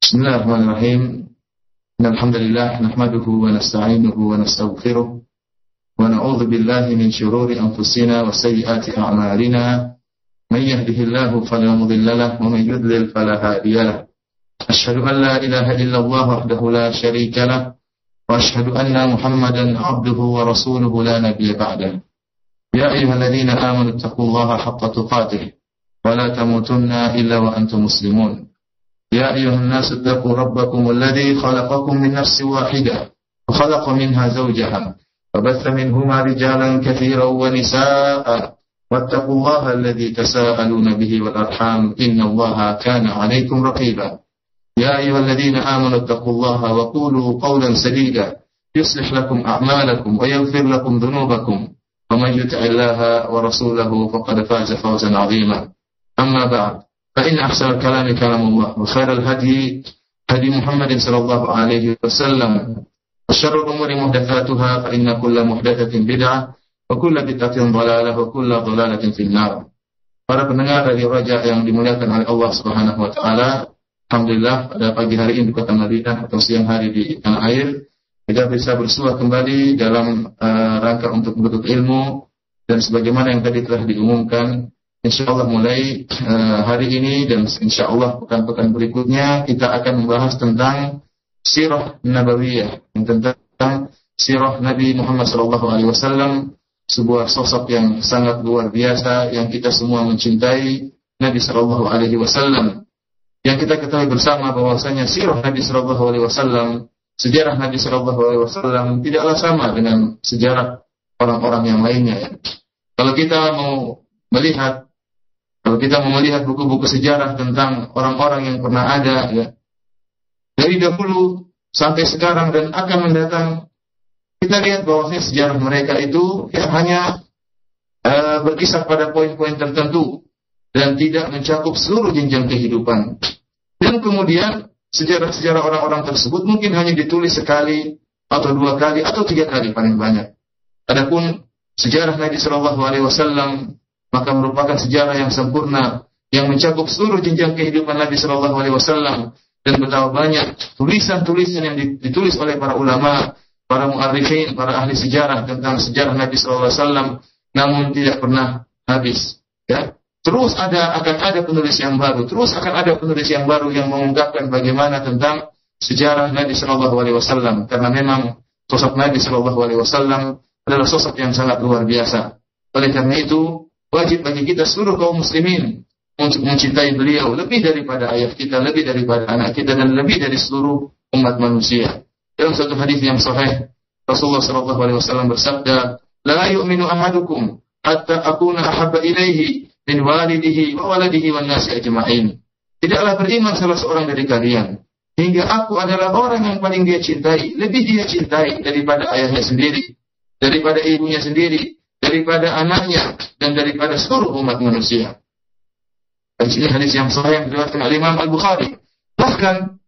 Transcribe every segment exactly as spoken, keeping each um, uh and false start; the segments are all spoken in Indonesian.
Bismillahirrahmanirrahim. Alhamdulillah nahmaduhu wa nasta'inuhu wa nastaghfiruh wa na'udzu billahi min shururi anfusina wa sayyiati a'malina. Man yahdihillahu fala mudilla lahu wa man yudlil fala hadiya lahu. Asyhadu an la ilaha illallah wahdahu la syarika lahu wa asyhadu anna Muhammadan 'abduhu wa rasuluhu la nabiyya ba'dahu. Ya ayyuhalladzina amanu taqullaha haqqa tuqatih wa la tamutunna illa wa antum muslimun. يا أيها الناس اتقوا ربكم الذي خلقكم من نفس واحدة وخلق منها زوجها وبث منهما رجالا كثيرا ونساء واتقوا الله الذي تساءلون به والأرحام إن الله كان عليكم رقيبا يا أيها الذين آمنوا اتقوا الله وقولوا قولا سديدا يصلح لكم أعمالكم ويغفر لكم ذنوبكم ومن يطع الله ورسوله فقد فاز فوزا عظيما أما بعد فإن أحسن الكلام كلام الله وخير الهدي هدي محمد صلى الله عليه وسلم وشر الأمور محدثاتها فإن كل محدثة بدعة وكل بدعة ضلالة وكل ضلالة في النار. Para pendengar Radio Raja yang dimuliakan oleh Allah Subhanahu wa taala, alhamdulillah pada pagi hari ini di Kota Madinah atau siang hari di tanah air kita bisa bersua kembali dalam uh, rangka untuk menuntut ilmu, dan sebagaimana yang tadi telah diumumkan, insyaallah mulai uh, hari ini dan insyaallah pekan-pekan berikutnya kita akan membahas tentang sirah nabawiyah, tentang sirah Nabi Muhammad sallallahu alaihi wasallam, sebuah sosok yang sangat luar biasa yang kita semua mencintai Nabi sallallahu alaihi wasallam. Yang kita ketahui bersama bahwasanya sirah Nabi sallallahu alaihi wasallam, sejarah Nabi sallallahu alaihi wasallam tidaklah sama dengan sejarah orang-orang yang lainnya. Kalau kita mau melihat Kalau kita mau melihat buku-buku sejarah tentang orang-orang yang pernah ada, ya, dari dahulu sampai sekarang dan akan mendatang, kita lihat bahwasanya sejarah mereka itu ya, hanya uh, berkisar pada poin-poin tertentu dan tidak mencakup seluruh jenjang kehidupan. Dan kemudian sejarah-sejarah orang-orang tersebut mungkin hanya ditulis sekali atau dua kali atau tiga kali paling banyak. Adapun sejarah Nabi Shallallahu Alaihi Wasallam maka merupakan sejarah yang sempurna yang mencakup seluruh jenjang kehidupan Nabi Shallallahu Alaihi Wasallam, dan betapa banyak tulisan-tulisan yang ditulis oleh para ulama, para muarrikhin, para ahli sejarah tentang sejarah Nabi Shallallahu Alaihi Wasallam, namun tidak pernah habis. Ya, terus ada akan ada penulis yang baru, terus akan ada penulis yang baru yang mengungkapkan bagaimana tentang sejarah Nabi Shallallahu Alaihi Wasallam, karena memang sosok Nabi Shallallahu Alaihi Wasallam adalah sosok yang sangat luar biasa. Oleh karena itu wajib bagi kita seluruh kaum muslimin untuk mencintai beliau lebih daripada ayah kita, lebih daripada anak kita, dan lebih dari seluruh umat manusia. Dalam satu hadis yang sahih, Rasulullah sallallahu alaihi wasallam bersabda, "La yu'minu ahadukum hatta akuna ahabba ilaihi min walidihi wa waladihi wan nasi ajma'in." Tidaklah beriman salah seorang dari kalian hingga aku adalah orang yang paling dia cintai, lebih dia cintai daripada ayahnya sendiri, daripada ibunya sendiri, daripada anaknya, dan daripada seluruh umat manusia. Dan ini hadis yang sahih yang diriwayatkan oleh Imam Al-Bukhari. Bahkan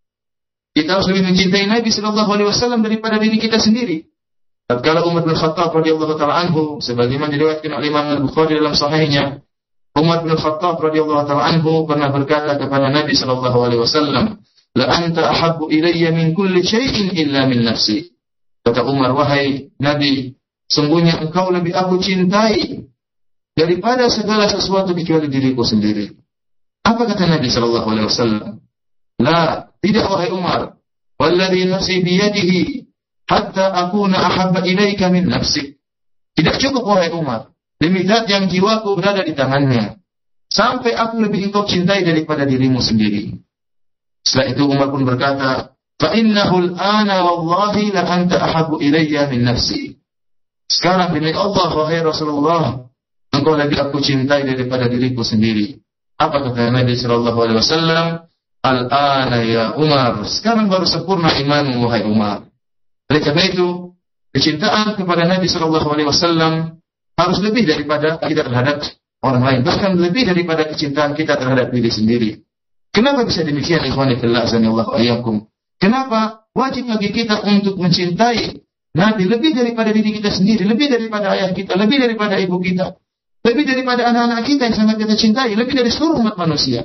kita harus lebih mencintai Nabi Sallallahu Alaihi Wasallam daripada diri kita sendiri. Tatkala Umar bin Khattab radhiyallahu taala anhu, sebagaimana diriwayatkan oleh Imam Al-Bukhari dalam sahihnya, Umar bin Khattab radhiyallahu taala anhu pernah berkata kepada Nabi Sallallahu Alaihi Wasallam, "La anta ahabbu ilayya min kulli syai'in illa min nafsi." Kata Umar, "Wahai Nabi, sungguhnya engkau lebih aku cintai daripada segala sesuatu kecuali diriku sendiri." Apa kata Nabi Shallallahu Alaihi Wasallam? La, tidak wahai Umar. Walladhi nafsi biyadihi hatta akuna ahabba ilaika min nafsik. Tidak cukup wahai Umar, demi zat yang jiwaku berada di tangannya, sampai aku lebih engkau cintai daripada dirimu sendiri. Setelah itu Umar pun berkata, fa innahu al-ana wallahi la anta ahabbu ilayya min nafsi. Sekarang demi Allah wahai Rasulullah, engkau lebih aku cintai daripada diriku sendiri. Apa kata Nabi Sallallahu Alaihi Wasallam? Al-ana ya Umar. Sekarang baru sempurna imanmu wahai Umar. Oleh karena itu, kecintaan kepada Nabi Sallallahu Alaihi Wasallam harus lebih daripada kita terhadap orang lain, bahkan lebih daripada kecintaan kita terhadap diri sendiri. Kenapa bisa demikian, ikhwani fillah azanillahu iyyakum? Kenapa wajib bagi kita untuk mencintai Nabi lebih daripada diri kita sendiri, lebih daripada ayah kita, lebih daripada ibu kita, lebih daripada anak-anak kita yang sangat kita cintai, lebih dari seluruh umat manusia?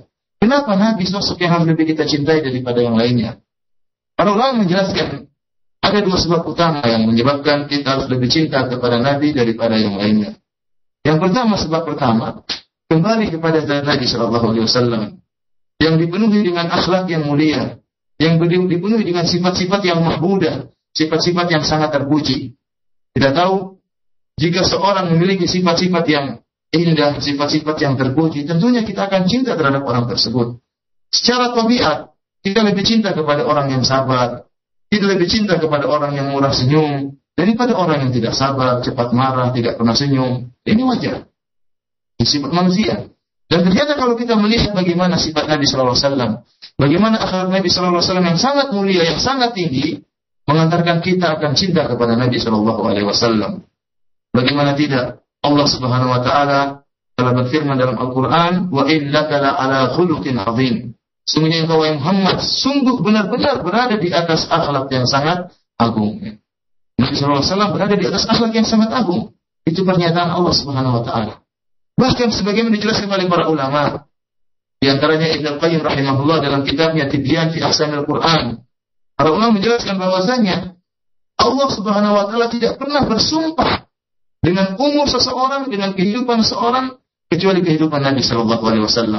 Kenapa Nabi sosok yang harus lebih kita cintai daripada yang lainnya? Para ulama menjelaskan ada dua sebab utama yang menyebabkan kita harus lebih cinta kepada Nabi daripada yang lainnya. Yang pertama, sebab pertama, kembali kepada zat Nabi Shallallahu Alaihi Wasallam yang dipenuhi dengan akhlak yang mulia, yang dipenuhi dengan sifat-sifat yang mahmudah, sifat-sifat yang sangat terpuji. Kita tahu jika seorang memiliki sifat-sifat yang indah, sifat-sifat yang terpuji, tentunya kita akan cinta terhadap orang tersebut. Secara tabiat, kita lebih cinta kepada orang yang sabar, kita lebih cinta kepada orang yang murah senyum daripada orang yang tidak sabar, cepat marah, tidak pernah senyum. Ini wajar. Ini sifat manusia. Dan ternyata kalau kita melihat bagaimana sifat Nabi Shallallahu Alaihi Wasallam, bagaimana akhlak Nabi Shallallahu Alaihi Wasallam yang sangat mulia, yang sangat tinggi, mengantarkan kita akan cinta kepada Nabi Shallallahu Alaihi Wasallam. Bagaimana tidak? Allah Subhanahu Wa Taala telah berfirman dalam Al-Quran, wa innaka la ala khuluqin azim. Sungguhnya engkau wahai Muhammad, sungguh benar-benar berada di atas akhlak yang sangat agung. Nabi Shallallahu Alaihi Wasallam berada di atas akhlak yang sangat agung. Itu pernyataan Allah Subhanahu Wa Taala. Bahkan sebagaimana dijelaskan oleh para ulama, di antaranya Ibnu Qayyim rahimahullah dalam kitabnya Tibyan fi Ahsanil Quran, para ulama menjelaskan bahwasanya Allah Subhanahu Wa Taala tidak pernah bersumpah dengan umur seseorang, dengan kehidupan seseorang, kecuali kehidupan Nabi Shallallahu Alaihi Wasallam.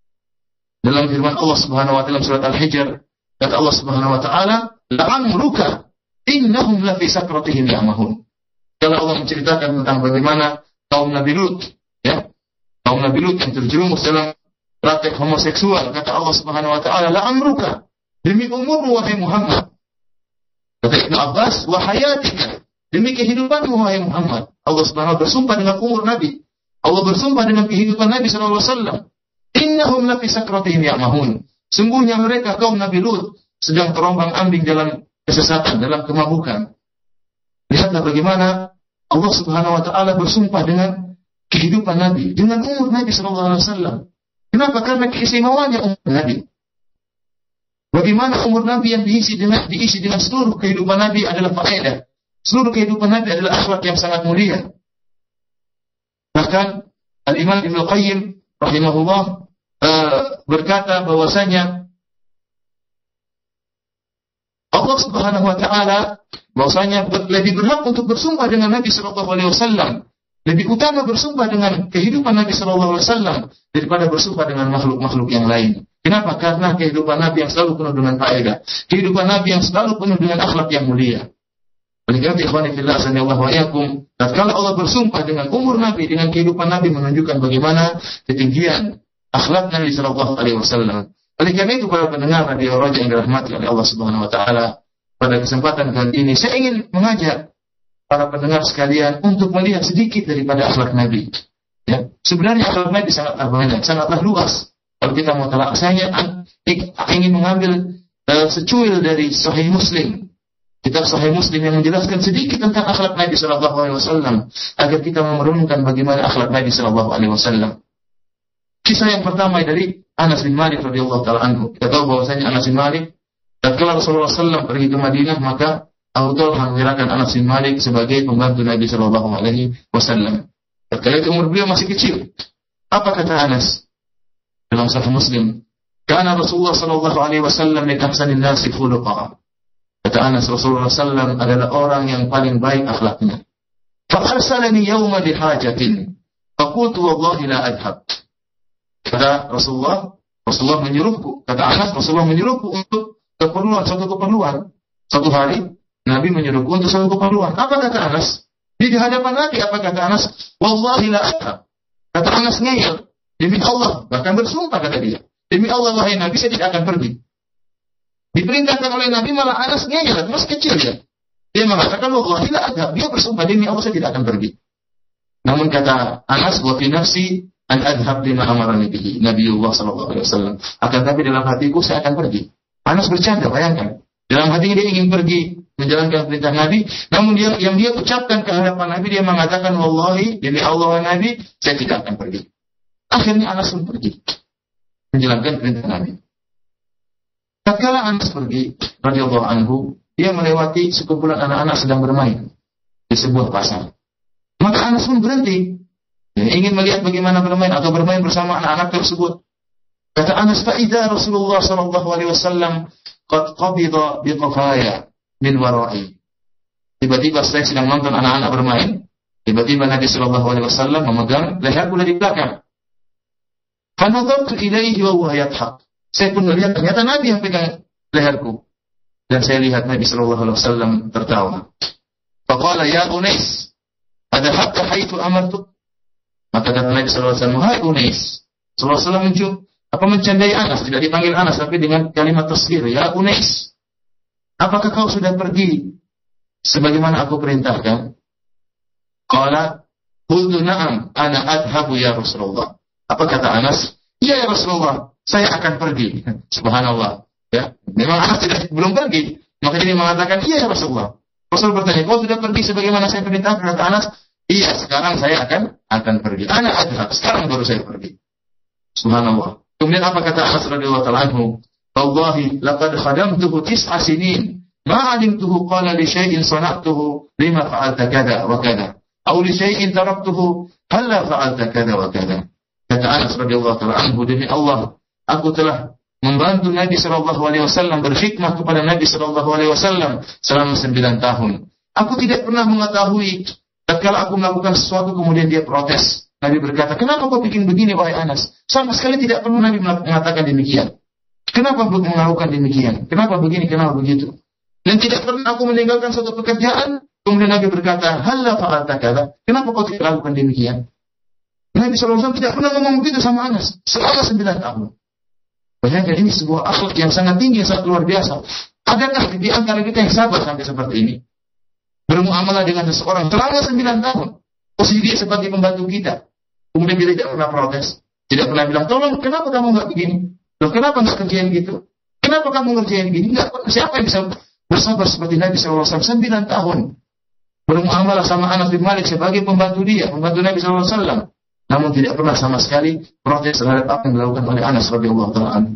Dalam firman Allah Subhanahu Wa Taala surat Al-Hijr, kata Allah Subhanahu Wa Taala, la'amruka innahum lafi sakratihim ya'mahun. Kalau Allah menceritakan tentang bagaimana kaum Nabi Lut, ya, kaum Nabi Lut yang terjerumus dalam praktek homoseksual, kata Allah Subhanahu Wa Taala, la'amruka, demi umurmu wahai Muhammad. Kata Ibnu Abbas, wa hayatika, demi kehidupanmu wahai Muhammad. Allah Subhanahu Wa Taala bersumpah dengan umur Nabi. Allah bersumpah dengan kehidupan Nabi Sallallahu Alaihi Wasallam. Innahum lafi sakratihim ya'mahun. Sungguhnya mereka kaum Nabi Lut sedang terombang-ambing dalam kesesatan, dalam kemabukan. Lihatlah bagaimana Allah Subhanahu Wa Taala bersumpah dengan kehidupan Nabi, dengan umur Nabi Sallallahu Alaihi Wasallam. Kenapa? Karena keistimewaannya umur Nabi. Bagaimana umur Nabi yang diisi dengan diisi dengan seluruh kehidupan Nabi adalah faedah. Seluruh kehidupan Nabi adalah akhlak yang sangat mulia. Bahkan Al-Imam Ibnu Qayyim rahimahullah uh, berkata bahwasanya Allah Subhanahu Wa Taala bahwasanya lebih berhak untuk bersumpah dengan Nabi Sallallahu Alaihi Wasallam, lebih utama bersumpah dengan kehidupan Nabi Sallallahu Alaihi Wasallam daripada bersumpah dengan makhluk-makhluk yang lain. Kenapa? Karena kehidupan Nabi yang selalu penuh dengan faedah, kehidupan Nabi yang selalu penuh dengan akhlak yang mulia. Oleh karena ikhwani fillah sanallahu wa iyyakum, tatkala Allah bersumpah dengan umur Nabi, dengan kehidupan Nabi, menunjukkan bagaimana ketinggian akhlak Nabi Sallallahu Alaihi Wasallam. Oleh karena itu para pendengar radio Raja yang dirahmati oleh Allah Subhanahu Wa Taala, pada kesempatan kali ini saya ingin mengajak para pendengar sekalian untuk melihat sedikit daripada akhlak Nabi. Ya, sebenarnya akhlak Nabi sangatlah banyak, sangatlah luas. Kalau kita mau telah, saya ingin mengambil uh, secuil dari Sahih Muslim, kitab Sahih Muslim yang menjelaskan sedikit tentang akhlak Nabi Sallallahu Alaihi Wasallam, agar kita merenungkan bagaimana akhlak Nabi Sallallahu Alaihi Wasallam. Kisah yang pertama dari Anas bin Malik radhiyallahu taala anhu. Kita tahu bahwasanya Anas bin Malik, tatkala Rasulullah Sallallahu Alaihi Wasallam pergi ke Madinah, maka Abu Talha mengira Anas bin Malik sebagai pembantu Nabi Sallallahu Alaihi Wasallam. Tatkala itu umur beliau masih kecil. Apa kata Anas dalam Sahih Muslim? Karena Rasulullah Sallallahu Alaihi Wasallam min ahsanil nasi khuluqa. Kata Anas, Rasulullah Sallallahu Alaihi Wasallam adalah orang yang paling baik akhlaknya. Fa'arsalani yawma lihajatin, faqultu wallahi la adhab. Kata Rasulullah, Rasulullah menyuruhku. Kata Anas, Rasulullah menyuruhku untuk keperluan, suatu keperluan. Satu hari Nabi menyuruhku untuk satu keperluan. Apa kata Anas? Di hadapan Nabi, apa kata Anas? Wallahi la adhab. Kata Anas ngeyel. Demi Allah, bahkan bersumpah kata dia. Demi Allah, wahai Nabi, saya tidak akan pergi. Diperintahkan oleh Nabi, malah Anas ngeyel, masih kecil ya. Dia mengatakan, wallahi la adhab. Dia bersumpah, demi Allah, saya tidak akan pergi. Namun kata Anas, wa fi nafsi an adhab lima amarani bihi Nabiullah sallallahu alaihi wasallam. Akan tapi dalam hatiku saya akan pergi. Anas bercanda, bayangkan. Dalam hatinya dia ingin pergi menjalankan perintah Nabi, namun dia yang dia ucapkan ke hadapan Nabi, dia mengatakan, wallahi, demi Allah wa Nabi, saya tidak akan pergi. Akhirnya Anas pun pergi menjalankan perintah Nabi. Tatkala Anas pergi, radhiyallahu anhu, dia melewati sekumpulan anak-anak sedang bermain di sebuah pasar. Maka Anas pun berhenti, ya, ingin melihat bagaimana bermain atau bermain bersama anak-anak tersebut. Kata Anas, fa idza Rasulullah sallallahu alaihi wasallam qad qabida bi qafaya min wara'i. Tiba-tiba saya sedang nonton anak-anak bermain, tiba-tiba Nabi sallallahu alaihi wasallam memegang leherku dari belakang. Fa nadartu ilaihi wa huwa yadhak. Saya pun melihat ternyata Nabi yang pegang leherku. Dan saya lihat Nabi sallallahu alaihi wasallam tertawa. Faqala ya Unais, adhahabta haitsu amartuk? Maka kata Nabi sallallahu alaihi wasallam, hai Unais. Sallallahu alaihi wasallam mencium apa mencandai Anas, tidak dipanggil Anas tapi dengan kalimat tasghir, ya Unais. Apakah kau sudah pergi sebagaimana aku perintahkan? Qala qultu na'am ana adhabu ya Rasulullah. Apa kata Anas? Iya ya Rasulullah, saya akan pergi. Subhanallah. Ya, memang Anas tidak belum pergi, maka dia mengatakan iya ya Rasulullah. Rasul bertanya, kau sudah pergi sebagaimana saya perintahkan? Kata Anas, iya sekarang saya akan akan pergi. Ana adhab, sekarang baru saya pergi. Subhanallah. Kemudian apa kata Anas radhiyallahu ta'ala anhu? Wallahi laqad khadamtuhu tis'a sinin ma 'alimtuhu qala li syai'in sana'tuhu lima fa'alta kadza wa kadza aw li syai'in taraktuhu halla fa'alta kadza wa kadza. Kata Anas radhiyallahu ta'ala anhu, demi Allah, aku telah membantu Nabi sallallahu alaihi wasallam, berkhidmah kepada Nabi sallallahu alaihi wasallam selama sembilan tahun. Aku tidak pernah mengetahui tatkala aku melakukan sesuatu kemudian dia protes. Nabi berkata, kenapa kau bikin begini wahai Anas? Sama sekali tidak pernah Nabi mengatakan demikian. Kenapa melakukan demikian? Kenapa begini, kenapa begitu? Dan tidak pernah aku meninggalkan suatu pekerjaan, kemudian Nabi berkata, halla fa'alta kadza. Kenapa kau tidak lakukan demikian? Nabi sallallahu alaihi wasallam tidak pernah ngomong begitu sama Anas selama sembilan tahun. Bayangkan, ini sebuah akhlak yang sangat tinggi, sangat luar biasa. Adakah di antara kita yang sabar sampai seperti ini? Bermuamalah dengan seseorang selama sembilan tahun. Posisi dia sebagai pembantu kita. Kemudian dia tidak pernah protes. Tidak pernah bilang, tolong kenapa kamu nggak begini? Loh, kenapa nggak kerjain gitu? Kenapa kamu ngerjain gini? Nggak, siapa yang bisa bersabar seperti Nabi sallallahu alaihi wasallam sembilan tahun? Bermuamalah sama Anas bin Malik sebagai pembantu dia, pembantu Nabi sallallahu alaihi wasallam. Namun tidak pernah sama sekali protes terhadap apa yang dilakukan oleh Anas radhiyallahu ta'ala anhu.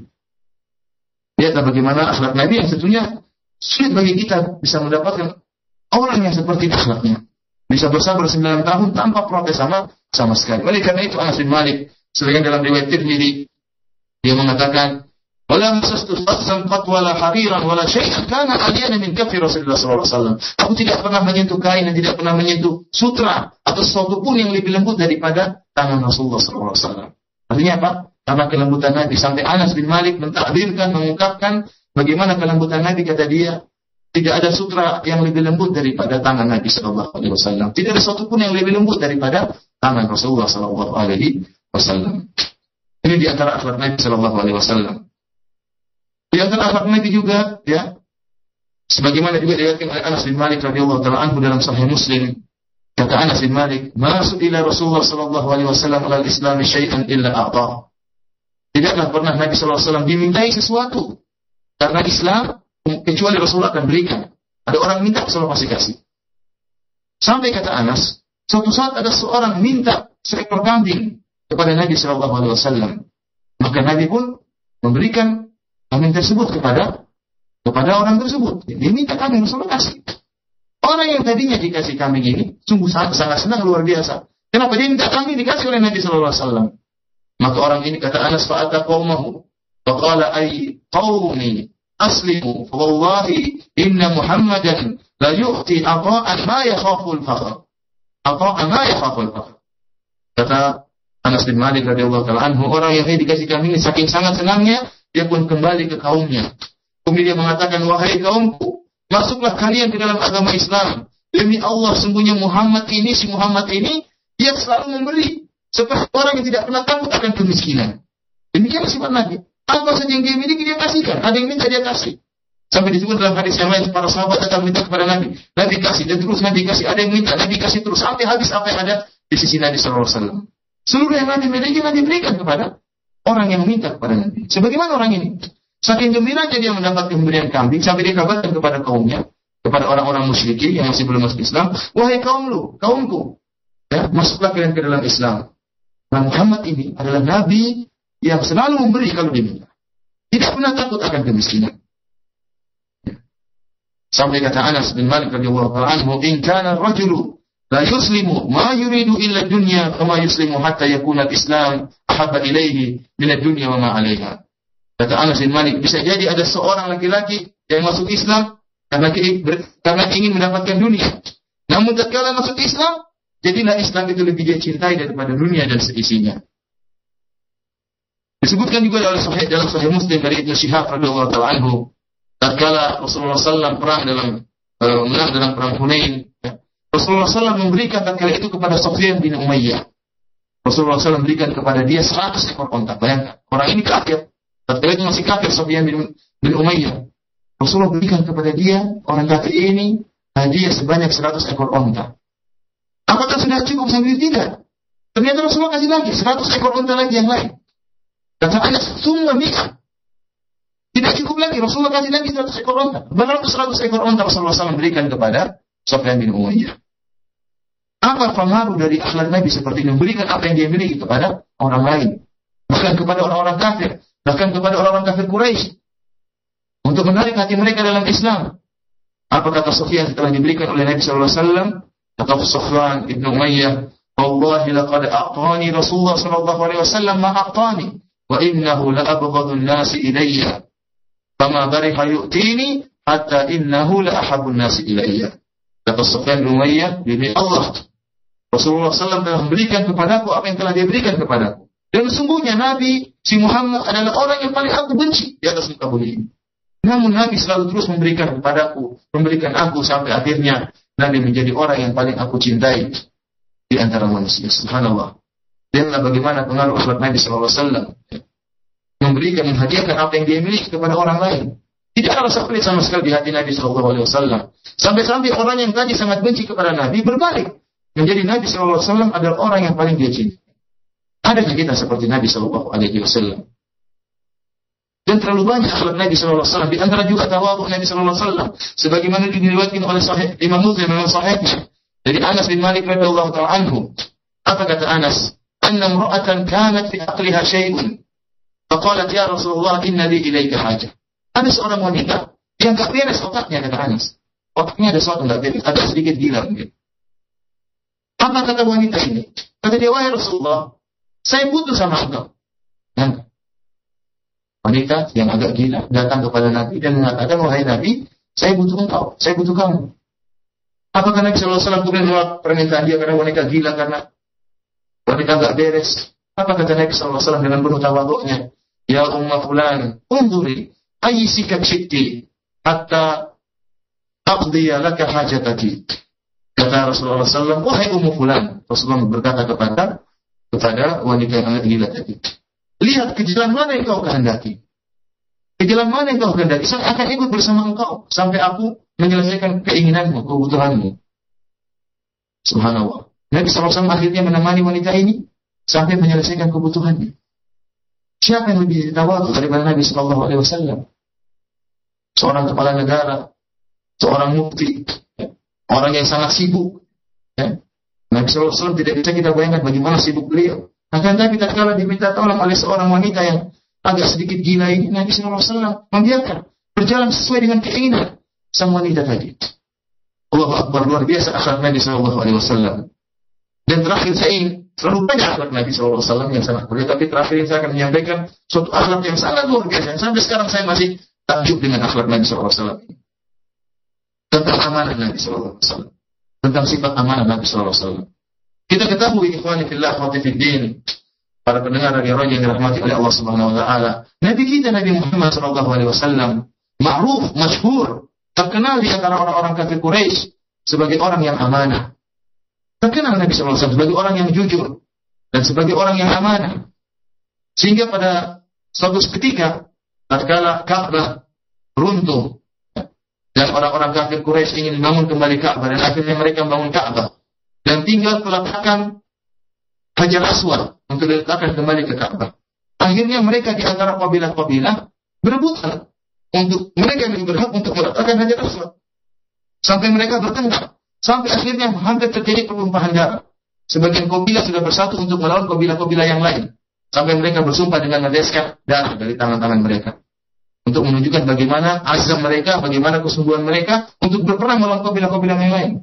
Lihatlah bagaimana akhlak Nabi yang tentunya sulit bagi kita bisa mendapatkan orang yang seperti akhlaknya. Bisa bersabar sembilan tahun tanpa protes sama sama sekali. Oleh karena itu Anas bin Malik, selain dalam riwayat Tirmidzi, dia mengatakan, "Wala masastu fassan qat wala hariran wala syai'an kana aliyana min kaffi Rasulullah sallallahu alaihi wasallam." Aku tidak pernah menyentuh kain dan tidak pernah menyentuh sutra atau sesuatu pun yang lebih lembut daripada tangan Rasulullah sallallahu alaihi wasallam. Artinya apa? Karena kelembutan Nabi, sampai Anas bin Malik mentakdirkan, mengungkapkan bagaimana kelembutan Nabi, kata dia, tidak ada sutra yang lebih lembut daripada tangan Nabi sallallahu alaihi wasallam. Tidak ada sesuatu pun yang lebih lembut daripada tangan Rasulullah sallallahu alaihi wasallam. Ini di antara akhlak Nabi sallallahu alaihi wasallam. Di antara akhlak Nabi juga, ya, sebagaimana juga diriwayatkan oleh Anas bin Malik radhiyallahu ta'ala anhu dalam Sahih Muslim, kata Anas bin Malik, "Ma su'ila Rasulullah sallallahu alaihi wasallam ala al-Islam syai'an illa a'ta." Tidaklah pernah Nabi sallallahu alaihi wasallam dimintai sesuatu karena Islam kecuali Rasulullah akan berikan. Ada orang minta, Rasulullah pasti kasih. Sampai kata Anas, suatu saat ada seorang minta seekor kambing kepada Nabi sallallahu alaihi wasallam. Maka Nabi pun memberikan kambing tersebut kepada kepada orang tersebut. Dia minta kambing, Rasulullah kasih. Orang yang tadinya dikasih kambing ini sungguh sangat, sangat senang, luar biasa. Kenapa dia minta kambing dikasih oleh Nabi sallallahu alaihi wasallam? Maka orang ini, kata Anas, fa'ata qaumahu wa qala ay qaumi aslimu wallahi inna Muhammadan la yu'ti ata'an ma yakhafu al-fakhr. Ata'an ma yakhafu al-fakhr. Kata Anas bin Malik radhiyallahu ta'ala anhu, orang yang dikasih kambing ini saking sangat senangnya, dia pun kembali ke kaumnya. Kemudian dia mengatakan, wahai kaumku, masuklah kalian ke dalam agama Islam. Demi Allah, sungguhnya Muhammad ini, si Muhammad ini, dia selalu memberi. Seperti orang yang tidak pernah takut akan kemiskinan. Demikian sifat Nabi. Apa saja yang dia miliki, dia kasihkan. Ada yang minta, dia kasih. Sampai disebut dalam hadis yang lain, para sahabat datang minta kepada Nabi. Nabi kasih, dan terus Nabi kasih. Ada yang minta, Nabi kasih terus. Sampai habis apa yang ada di sisi Nabi sallallahu alaihi wasallam. Seluruh yang Nabi miliki, Nabi berikan kepada orang yang meminta kepada Nabi. Sebagaimana orang ini. Saking gembiranya dia mendapat pemberian kambing, sampai dia kabarkan kepada kaumnya, kepada orang-orang musyrikin yang masih belum masuk Islam, wahai kaum lu, kaumku, ya, masuklah kalian ke dalam Islam. Nah, Muhammad ini adalah Nabi yang selalu memberi kalau diminta. Tidak pernah takut akan kemiskinan. Sampai kata Anas bin Malik radhiyallahu anhu, "In kana ar-rajulu la yuslimu ma yuridu illa dunya kama yuslimu hatta yakuna al-Islam ahabba ilaihi minad dunya wa ma 'alaiha. Kata Anas bin Malik, bisa jadi ada seorang laki-laki yang masuk Islam karena karena ingin mendapatkan dunia. Namun tatkala masuk Islam, jadilah Islam itu lebih dia cintai daripada dunia dan seisinya. Disebutkan juga dalam Sahih dalam Sahih Muslim dari Ibnu Syihab radhiyallahu ta'ala anhu, tatkala Rasulullah sallallahu alaihi wasallam perang dalam uh, menang dalam perang Hunain, ya, Rasulullah sallallahu alaihi wasallam memberikan tatkala itu kepada Sufyan bin Umayyah. Rasulullah sallallahu alaihi wasallam memberikan kepada dia seratus ekor unta. Bayangkan, orang ini kafir. Tatkala itu masih kafir Sufyan bin, bin Umayyah. Rasulullah berikan kepada dia, orang kafir ini, hadiah sebanyak seratus ekor unta. Apakah sudah cukup sampai tidak? Ternyata Rasulullah kasih lagi seratus ekor unta lagi yang lain. Kata Anas, summa mi'ah. Tidak cukup lagi, Rasulullah kasih lagi seratus ekor unta. Berapa seratus ekor unta Rasulullah sallallahu alaihi wasallam berikan kepada Sufyan bin Umayyah. Apa pengaruh dari akhlak Nabi seperti ini? Memberikan apa yang dia miliki kepada orang lain. Bahkan kepada orang-orang kafir. Bahkan kepada orang-orang kafir Quraisy. Untuk menarik hati mereka dalam Islam. Apa kata Sufyan setelah diberikan oleh Nabi sallallahu alaihi wasallam? Kata Sufyan bin Umayyah, "Wallahi laqad a'tani Rasulullah sallallahu alaihi wasallam ma a'tani. Wa innahu la abghadun nasi ilayya. Fama bariha yu'tini hatta innahu la ahabbun nasi ilayya." Kata Sufyan bin Umayyah, demi Allah, Rasulullah sallallahu alaihi wasallam telah memberikan kepadaku apa yang telah dia berikan kepadaku. Dan sesungguhnya Nabi si Muhammad adalah orang yang paling aku benci di atas muka bumi ini. Namun Nabi selalu terus memberikan kepadaku, memberikan aku sampai akhirnya Nabi menjadi orang yang paling aku cintai di antara manusia. Subhanallah. Lihatlah bagaimana pengaruh akhlak Nabi sallallahu alaihi wasallam. Memberikan, menghadiahkan apa yang dia miliki kepada orang lain. Tidak ada rasa pelit sama sekali di hati Nabi sallallahu alaihi wasallam. Sampai-sampai orang yang tadi sangat benci kepada Nabi berbalik. Menjadi Nabi sallallahu alaihi wasallam adalah orang yang paling dia cintai. Adakah kita seperti Nabi sallallahu alaihi wasallam? Dan terlalu banyak akhlak Nabi sallallahu alaihi wasallam. Di antara juga tawadhu Nabi sallallahu alaihi wasallam. Sebagaimana diriwayatkan oleh Sahih Imam Muslim dalam Sahihnya dari Anas bin Malik radhiyallahu ta'ala anhu. Apa kata Anas? Anna imra'atan kanat fi aqliha shay'un. Faqalat ya Rasulullah inna li ilayka hajah. Ada seorang wanita yang enggak beres otaknya, kata Anas. Otaknya ada sesuatu enggak beres, ada sedikit gila mungkin. Apa kata wanita ini? Kata dia, wahai Rasulullah, saya butuh sama engkau. Dan wanita yang agak gila datang kepada Nabi dan mengatakan, wahai Nabi, saya butuh engkau, saya butuh kamu. Apakah Nabi sallallahu alaihi wasallam kemudian menolak permintaan dia karena wanita gila, karena wanita enggak beres? Apa kata Nabi sallallahu alaihi wasallam dengan penuh tawadhu'nya? Ya umma fulan, unduri ayyisika syi'ti hatta aqdiya laka hajataki. Kata Rasulullah sallallahu alaihi wasallam, wahai ummu fulan, Rasulullah berkata kepada kepada wanita yang agak gila tadi, lihat ke jalan mana yang kau kehendaki. Ke jalan mana yang kau kehendaki, saya akan ikut bersama engkau sampai aku menyelesaikan keinginanmu, kebutuhanmu. Subhanallah. Nabi sallallahu alaihi wasallam akhirnya menemani wanita ini sampai menyelesaikan kebutuhannya. Siapa yang lebih tawadhu daripada Nabi sallallahu alaihi wasallam? Seorang kepala negara, seorang mufti, ya, orang yang sangat sibuk. Ya. Nabi sallallahu alaihi wasallam tidak bisa kita bayangkan bagaimana sibuk beliau. Akan tapi tatkala diminta tolong oleh seorang wanita yang agak sedikit gila ini, Nabi sallallahu alaihi wasallam membiarkan berjalan sesuai dengan keinginan sang wanita tadi. Allahu Akbar, luar biasa akhlak Nabi sallallahu alaihi wasallam. Dan terakhir saya ingin, terlalu banyak akhlak Nabi sallallahu alaihi wasallam yang sangat mulia, tapi terakhir ini saya akan menyampaikan suatu akhlak yang sangat luar biasa. Sampai sekarang saya masih takjub dengan akhlak Nabi sallallahu alaihi wasallam. Tentang amanah Nabi sallallahu alaihi wasallam. Tentang sifat amanah Nabi sallallahu alaihi wasallam. Kita ketahui ikhwani fillah wa fiddin, para pendengar radio yang dirahmati oleh Allah Subhanahu wa taala. Nabi kita Nabi Muhammad sallallahu alaihi wasallam ma'ruf, masyhur, terkenal di antara orang-orang kafir Quraisy sebagai orang yang amanah. Terkenal Nabi sallallahu alaihi wasallam sebagai orang yang jujur dan sebagai orang yang amanah. Sehingga pada suatu ketika tatkala Ka'bah runtuh dan orang-orang kafir Quraisy ingin membangun kembali Ka'bah, dan akhirnya mereka membangun Ka'bah dan tinggal peletakan Hajar Aswad untuk diletakkan kembali ke Ka'bah. Akhirnya mereka di antara kabilah-kabilah berebutan untuk mereka yang berhak untuk meletakkan Hajar Aswad. Sampai mereka bertengkar. Sampai akhirnya hampir terjadi pertumpahan darah. Sebagian kabilah sudah bersatu untuk melawan kabilah-kabilah yang lain. Sampai mereka bersumpah dengan meneteskan darah dari tangan-tangan mereka. Untuk menunjukkan bagaimana azam mereka, bagaimana kesungguhan mereka untuk berperang melawan kabilah-kabilah yang lain.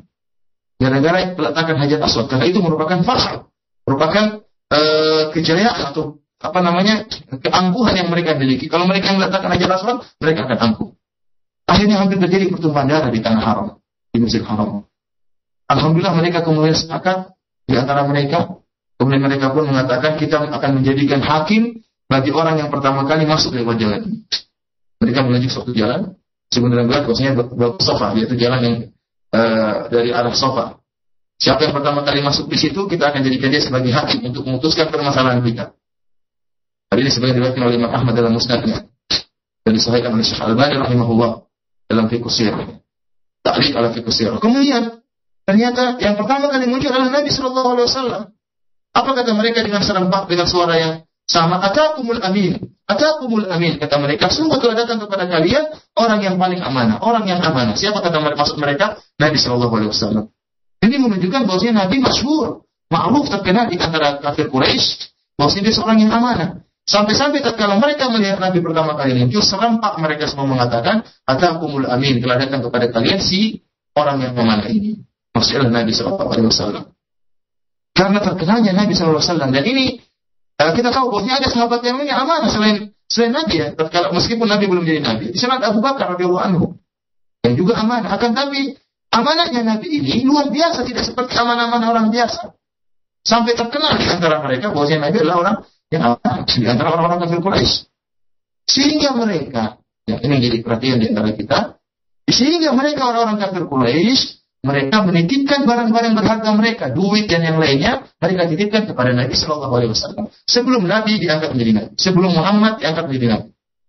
Gara-gara peletakan Hajar Aswad. Karena itu merupakan fakhar. Merupakan uh, kejayaan atau apa namanya keangkuhan yang mereka miliki. Kalau mereka meletakkan aja Rasul, mereka akan angkuh. Akhirnya hampir terjadi pertumpahan darah di tanah haram, di Masjidil Haram. Alhamdulillah mereka kemudian sepakat di antara mereka. Kemudian mereka pun mengatakan kita akan menjadikan hakim bagi orang yang pertama kali masuk lewat jalan ini. Mereka menunjuk suatu jalan, sebenarnya berat, maksudnya Sofa, yaitu jalan yang uh, dari arah Sofa. Siapa yang pertama kali masuk di situ, kita akan jadikan dia sebagai hakim untuk memutuskan permasalahan kita. Hal ini sebagai diriwayatkan oleh Imam Ahmad dalam musnadnya dan disahihkan oleh Syekh Al-Albani rahimahullah dalam Fiqh Sirah. Ta'liq ala Fiqh Sirah. Kemudian ternyata yang pertama kali muncul adalah Nabi Shallallahu Alaihi Wasallam. Apa kata mereka dengan serempak dengan suara yang sama? Atakumul amin, atakumul amin, kata mereka. Sungguh telah datang kepada kalian orang yang paling amanah, orang yang amanah. Siapa kata mereka, maksud mereka? Nabi Shallallahu Alaihi Wasallam. Ini menunjukkan bahwasanya Nabi masyhur, ma'ruf, terkenal di antara kafir Quraisy, bahwasanya dia seorang yang amanah. Sampai-sampai tatkala mereka melihat Nabi pertama kali muncul, serempak mereka semua mengatakan, atakumul amin, telah datang kepada kalian si orang yang amanah ini. Maksudnya Nabi Shallallahu Alaihi Wasallam. Karena terkenalnya Nabi Shallallahu Alaihi Wasallam, dan ini kita tahu bahwasanya ada sahabat yang lainnya amanah selain selain Nabi ya. Tatkala meskipun Nabi belum jadi Nabi, di sana ada Abu Bakar radhiyallahu anhu yang juga amanah. Akan tapi amanahnya Nabi ini luar biasa, tidak seperti amanah-amanah orang biasa. Sampai terkenal di antara mereka bahwasanya Nabi adalah orang yang amanah di antara orang-orang kafir Quraisy. Sehingga mereka, ya ini jadi perhatian di antara kita, sehingga mereka orang-orang kafir Quraisy, mereka menitipkan barang-barang berharga mereka, duit dan yang lainnya, mereka titipkan kepada Nabi Shallallahu Alaihi Wasallam. Sebelum Nabi diangkat menjadi Nabi, sebelum Muhammad diangkat menjadi Nabi,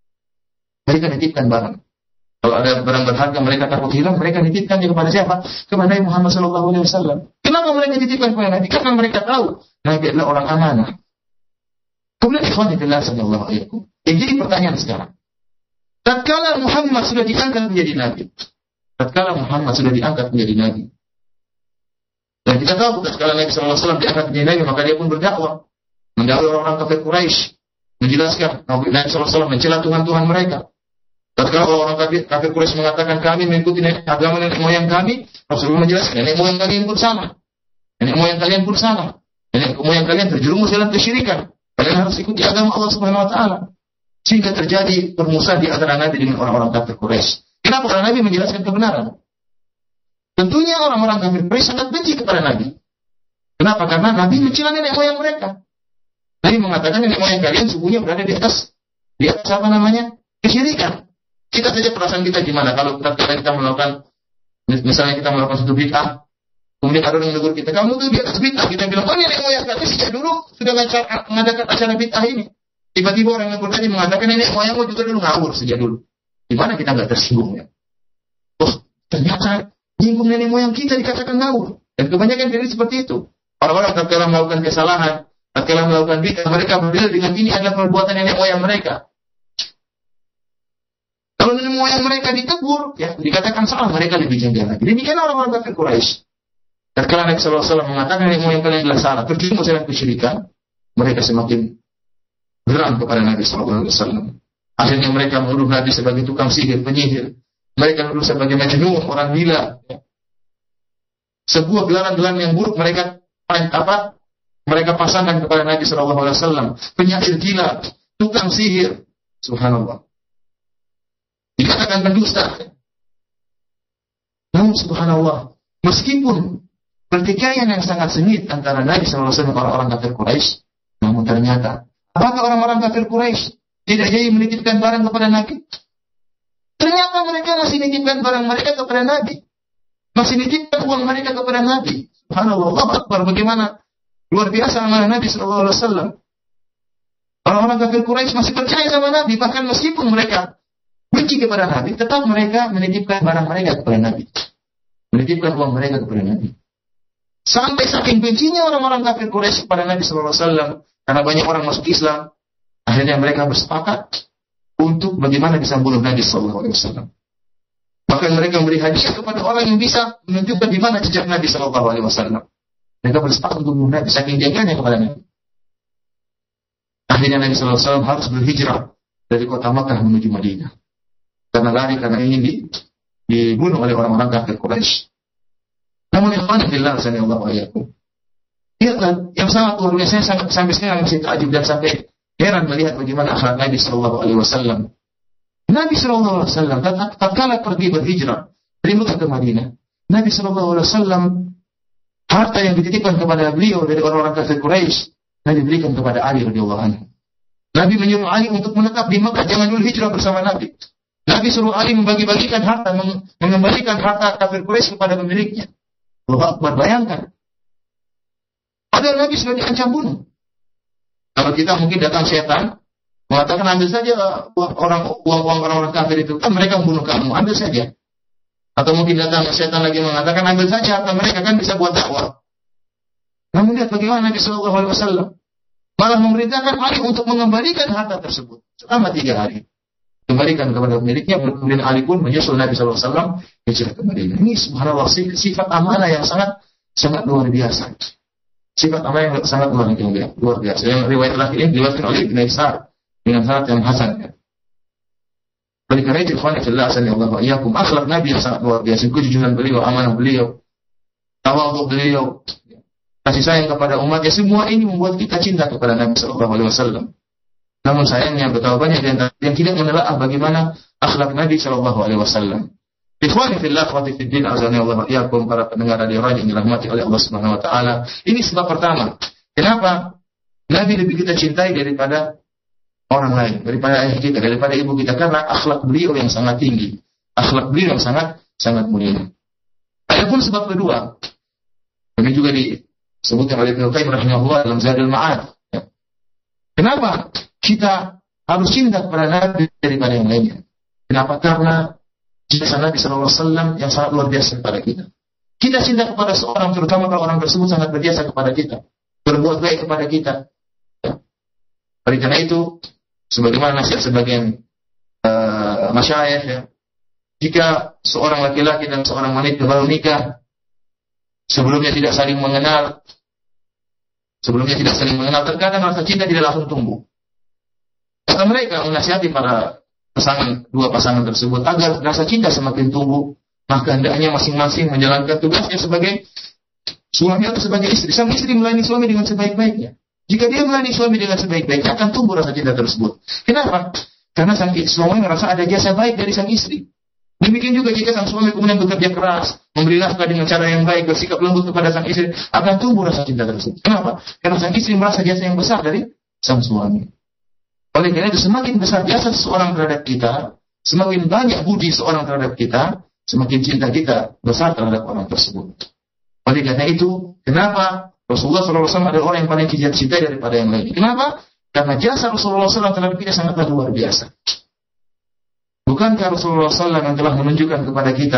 mereka nitipkan barang. Kalau ada barang berharga mereka takut hilang, mereka nitipkannya kepada siapa? Kepada Nabi Muhammad Shallallahu Alaihi Wasallam. Kenapa mereka titipkan kepada Nabi? Karena mereka tahu Nabi adalah orang amanah. Kemudian ikhwan fillah sallallahu alaihi wasallam. Yang jadi pertanyaan sekarang, tatkala Muhammad sudah diangkat menjadi Nabi, tatkala Muhammad sudah diangkat menjadi Nabi, dan kita tahu tatkala Nabi Shallallahu Alaihi Wasallam diangkat menjadi Nabi, maka dia pun berdakwah, mendakwai orang-orang kafir Quraisy, menjelaskan Nabi Shallallahu Alaihi Wasallam mencela Tuhan-Tuhan mereka. Tatkala orang kafir, kafir Quraisy mengatakan kami mengikuti agama nenek moyang kami, Rasulullah menjelaskan nenek moyang kalian pun sama, nenek moyang kalian pun sama, nenek moyang kalian terjerumus dalam kesyirikan. Kalian harus ikuti agama Allah Subhanahu Wa Taala. Sehingga terjadi permusuhan di antara Nabi dengan orang-orang kafir Quraisy. Kenapa? Karena Nabi menjelaskan kebenaran. Tentunya orang-orang kafir Quraisy sangat benci kepada Nabi. Kenapa? Karena Nabi mencela nenek moyang mereka. Nabi mengatakan nenek moyang kalian sungguhnya berada di atas di atas apa namanya? Kesyirikan. Kita saja perasaan kita gimana kalau kita, kita melakukan, misalnya kita melakukan satu bid'ah, kemudian ada orang yang menegur kita, kamu tuh di atas bid'ah. Kita bilang, oh nenek moyang kalian sejak dulu sudah mengadakan acara bid'ah ini. Tiba-tiba orang yang tadi mengatakan nenek moyangmu juga dulu ngawur sejak dulu. Di mana kita nggak tersinggung ya? Oh ternyata nyinggung nenek moyang kita dikatakan ngawur. Dan kebanyakan diri seperti itu. Orang-orang tatkala melakukan kesalahan, tatkala melakukan bid'ah, mereka berdalil dengan ini adalah perbuatan nenek moyang mereka. Kalau nenek moyang mereka ditegur, ya dikatakan salah, mereka lebih jengkel lagi. Demikian orang-orang kafir Quraisy. Tatkala Nabi Sallallahu Alaihi Wasallam mengatakan nenek moyang kalian adalah salah, terjerumus dalam kesyirikan, mereka semakin geram kepada Nabi Sallallahu Alaihi Wasallam. Akhirnya mereka menuduh Nabi sebagai tukang sihir, penyihir. Mereka menuduh sebagai majnun, orang gila. Sebuah gelaran-gelaran yang buruk mereka apa? Mereka pasangkan kepada Nabi Sallallahu Alaihi Wasallam. Penyair gila, tukang sihir. Subhanallah. Dikatakan pendusta. Namun subhanallah, meskipun pertikaian yang sangat sengit antara Nabi Sallallahu Alaihi Wasallam dan orang-orang kafir Quraisy, namun ternyata apakah orang-orang kafir Quraisy tidak jadi menitipkan barang kepada Nabi? Ternyata mereka masih menitipkan barang mereka kepada Nabi. Masih menitipkan uang mereka kepada Nabi. Subhanallah, Allah Akbar, bagaimana luar biasa amanah Nabi Sallallahu Alaihi Wasallam. Orang-orang kafir Quraisy masih percaya sama Nabi, bahkan meskipun mereka benci kepada Nabi, tetap mereka menitipkan barang mereka kepada Nabi. Menitipkan uang mereka kepada Nabi. Sampai saking bencinya orang-orang kafir Quraisy kepada Nabi Sallallahu Alaihi Wasallam, karena banyak orang masuk Islam, akhirnya mereka bersepakat untuk bagaimana bisa membunuh Nabi Sallallahu Alaihi Wasallam. Bahkan mereka memberi hadiah kepada orang yang bisa menunjukkan di mana jejak Nabi Sallallahu Alaihi Wasallam. Mereka bersepakat untuk membunuh Nabi saking jaganya kepada Nabi. Akhirnya Nabi Sallallahu Alaihi Wasallam harus berhijrah dari kota Makkah menuju Madinah. Karena lari karena ingin di, dibunuh oleh orang-orang kafir Quraisy. Namun yang mana billah sallallahu alaihi wasallam. Lihatlah yang sangat luar biasa, saya sampai, sampai sekarang masih takjub dan sampai heran melihat bagaimana akhlak Nabi Shallallahu Alaihi Wasallam. Nabi Shallallahu Alaihi Wasallam tatkala pergi berhijrah dari Mekah ke Madinah, Nabi Shallallahu Alaihi Wasallam harta yang dititipkan kepada beliau dari orang-orang kafir Quraisy, Nabi berikan kepada Ali radhiyallahu anhu. Nabi menyuruh Ali untuk menetap di Mekah, jangan dulu hijrah bersama Nabi. Nabi suruh Ali membagi-bagikan harta, mengembalikan harta kafir Quraisy kepada pemiliknya. Allahu Akbar, bayangkan. Padahal Nabi sudah diancam bunuh. Kalau kita mungkin datang setan, mengatakan ambil saja orang uang-uang orang-orang kafir itu, kan mereka membunuh kamu, ambil saja. Atau mungkin datang setan lagi mengatakan ambil saja harta mereka, kan bisa buat dakwah. Namun lihat bagaimana Nabi Shallallahu Alaihi Wasallam malah memerintahkan Ali untuk mengembalikan harta tersebut selama tiga hari. Kembalikan kepada pemiliknya, kemudian Ali pun menyusul Nabi Shallallahu Alaihi Wasallam hijrah ke Madinah. Ini subhanallah sifat amanah yang sangat sangat luar biasa. Sifat amanah yang sangat luar biasa. Luar biasa. Yang riwayat terakhir ini diriwayatkan oleh Ibnu Ishaq dengan sanad yang hasan. Oleh karena itu, ikhwan fillah azanillahu wa iyyakum, akhlak Nabi yang sangat luar biasa, kejujuran beliau, amanah beliau, tawadhu beliau, kasih sayang kepada umatnya, semua ini membuat kita cinta kepada Nabi Sallallahu Alaihi Wasallam. Namun sayangnya betapa banyak yang tidak menelaah bagaimana akhlak Nabi Sallallahu Alaihi Wasallam. Ikhwani fillah, akhwati fiddin, azanillahu wa iyyakum, para pendengar radio Raja yang dirahmati oleh Allah Subhanahu Wa Taala. Ini sebab pertama. Kenapa Nabi lebih kita cintai daripada orang lain, daripada ayah kita, daripada ibu kita, karena akhlak beliau yang sangat tinggi, akhlak beliau yang sangat sangat mulia. Adapun sebab kedua, ini juga disebutkan oleh Ibnu Qayyim rahimahullah dalam Zadul Ma'ad. Ya. Kenapa kita harus cinta kepada Nabi daripada yang lainnya? Kenapa? Karena jasa Nabi Sallallahu Alaihi Wasallam yang sangat luar biasa kepada kita. Kita cinta kepada seorang, terutama kalau orang tersebut sangat berjasa kepada kita, berbuat baik kepada kita. Ya. Oleh karena itu, sebagaimana nasihat sebagian uh, masyayikh, ya, jika seorang laki-laki dan seorang wanita baru nikah, sebelumnya tidak saling mengenal, sebelumnya tidak saling mengenal, terkadang rasa cinta tidak langsung tumbuh. Kata mereka menasihati para pasangan, dua pasangan tersebut, agar rasa cinta semakin tumbuh, maka hendaknya masing-masing menjalankan tugasnya sebagai suami atau sebagai istri. Sang istri melayani suami dengan sebaik-baiknya. Jika dia melayani suami dengan sebaik-baiknya, akan tumbuh rasa cinta tersebut. Kenapa? Karena sang suami merasa ada jasa baik dari sang istri. Demikian juga jika sang suami kemudian bekerja keras, memberi nafkah dengan cara yang baik, bersikap lembut kepada sang istri, akan tumbuh rasa cinta tersebut. Kenapa? Karena sang istri merasa jasa yang besar dari sang suami. Oleh karena itu, semakin besar jasa seseorang terhadap kita, semakin banyak budi seorang terhadap kita, semakin cinta kita besar terhadap orang tersebut. Oleh karena itu, kenapa Rasulullah shallallahu alaihi wasallam adalah orang yang paling kita cintai daripada yang lain? Kenapa? Karena jasa Rasulullah shallallahu alaihi wasallam terhadap kita sangatlah luar biasa. Bukankah Rasulullah shallallahu alaihi wasallam yang telah menunjukkan kepada kita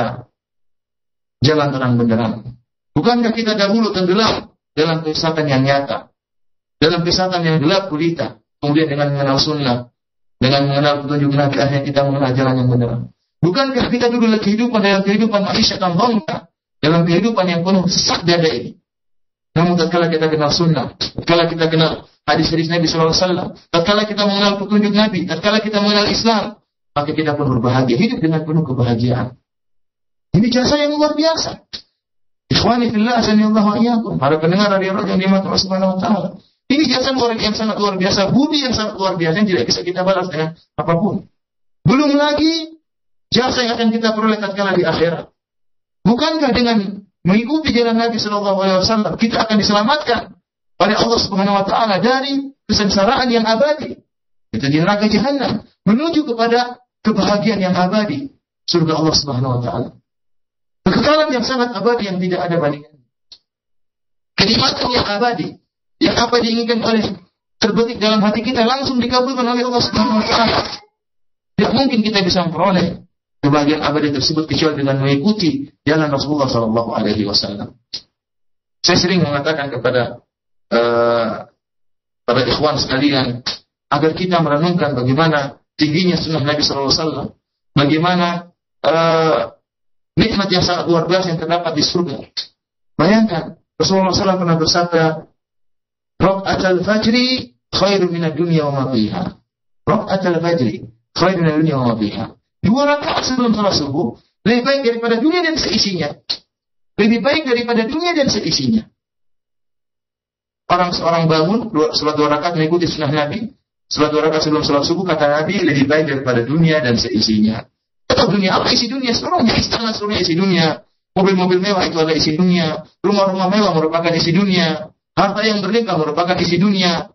jalan terang benderang? Bukankah kita dahulu tenggelam dalam kesesatan yang nyata, dalam kesesatan yang gelap gulita, kemudian dengan mengenal sunnah, dengan mengenal petunjuk Nabi, akhirnya kita mengenal jalan yang benderang? Bukankah kita dulu kehidupan dalam kehidupan manusia yang bangga, dalam kehidupan yang penuh sesak dada ini? Namun tatkala kita kenal sunnah, tatkala kita kenal hadis-hadis Nabi shallallahu alaihi wasallam, tatkala kita mengenal petunjuk Nabi, tatkala kita mengenal Islam, maka kita pun berbahagia, hidup dengan penuh kebahagiaan. Ini jasa yang luar biasa. Ikhwani fillah azanillahu wa iyyakum, para pendengar radio yang dimuliakan Allah Subhanahu wa taala. Ini jasa orang yang sangat luar biasa, budi yang sangat luar biasa yang tidak bisa kita balas dengan apapun. Belum lagi jasa yang akan kita peroleh tatkala di akhirat. Bukankah dengan mengikuti jalan Nabi Sallallahu Alaihi Wasallam kita akan diselamatkan oleh Allah Subhanahu Wa Taala dari kesengsaraan yang abadi, itu di neraka Jahannam, menuju kepada kebahagiaan yang abadi, surga Allah Subhanahu Wa Taala, kekekalan yang sangat abadi yang tidak ada bandingannya, kenikmatan yang abadi, yang apa diinginkan oleh terbetik dalam hati kita langsung dikabulkan oleh Allah Subhanahu Wa Taala. Tidak mungkin kita bisa memperoleh kebahagiaan abadi tersebut kecuali dengan mengikuti jalan Rasulullah Sallallahu Alaihi Wasallam. Saya sering mengatakan kepada uh, para ikhwan sekalian agar kita merenungkan bagaimana tingginya sunnah Nabi Sallallahu Alaihi Wasallam, bagaimana uh, nikmat yang sangat luar biasa yang terdapat di surga. Bayangkan Rasulullah Sallallahu Alaihi Wasallam pernah bersabda, "Raka'atul fajri khairun minad dunya wa ma fiha." Raka'atul fajri khairun minad dunya wa ma fiha. Dua rakaat sebelum salat subuh lebih baik daripada dunia dan seisinya. Lebih baik daripada dunia dan seisinya. Orang seorang bangun dua, salat dua rakaat mengikuti sunnah Nabi, Salat dua rakaat sebelum salat subuh kata Nabi lebih baik daripada dunia dan seisinya. Atau dunia apa isi dunia? Seluruhnya istana seluruhnya isi dunia. Mobil-mobil mewah itu adalah isi dunia. Rumah-rumah mewah merupakan isi dunia. Harta yang berlimpah merupakan isi dunia.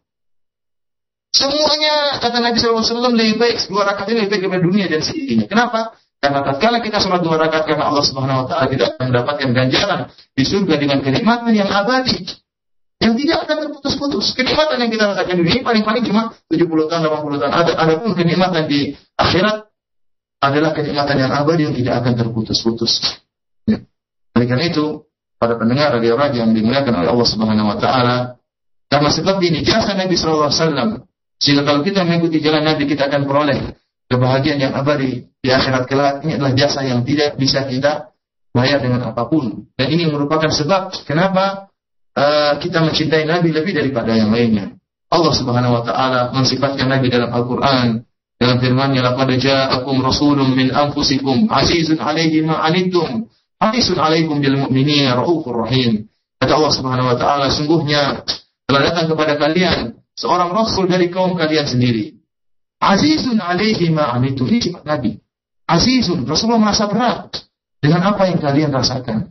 Semuanya kata Nabi shallallahu alaihi wasallam lebih baik dua rakaat ini lebih baik daripada dunia dan seisinya. Kenapa? Karena tatkala kita sholat dua rakaat karena Allah Subhanahu Wa Taala kita akan mendapatkan ganjaran di surga dengan kenikmatan yang abadi, yang tidak akan terputus-putus. Kenikmatan yang kita dapatkan di dunia paling-paling cuma tujuh puluh tahun, delapan puluh tahun. Ada ada pun kenikmatan di akhirat adalah kenikmatan yang abadi yang tidak akan terputus-putus. Ya. Oleh karena itu, para pendengar radio radio yang dimuliakan oleh Allah Subhanahu Wa Taala, karena sebab ini jasa Nabi Shallallahu Alaihi Wasallam, sehingga kalau kita mengikuti jalan Nabi kita akan peroleh kebahagiaan yang abadi di akhirat kelak. Ini adalah jasa yang tidak bisa kita bayar dengan apapun. Dan ini merupakan sebab kenapa uh, kita mencintai Nabi lebih daripada yang lainnya. Allah Subhanahu Wa Taala mensifatkan Nabi dalam Al-Quran dalam firman-Nya, laqad ja'akum rasulun min anfusikum azizun 'alaihi ma 'anittum harisun 'alaikum bil mu'minina raufur rahim. Kata Allah Subhanahu Wa Taala, sungguhnya telah datang kepada kalian seorang rasul dari kaum kalian sendiri. Azizun 'alaihi ma 'anittum. Ini sifat Nabi. Azizun, Rasulullah merasa berat dengan apa yang kalian rasakan.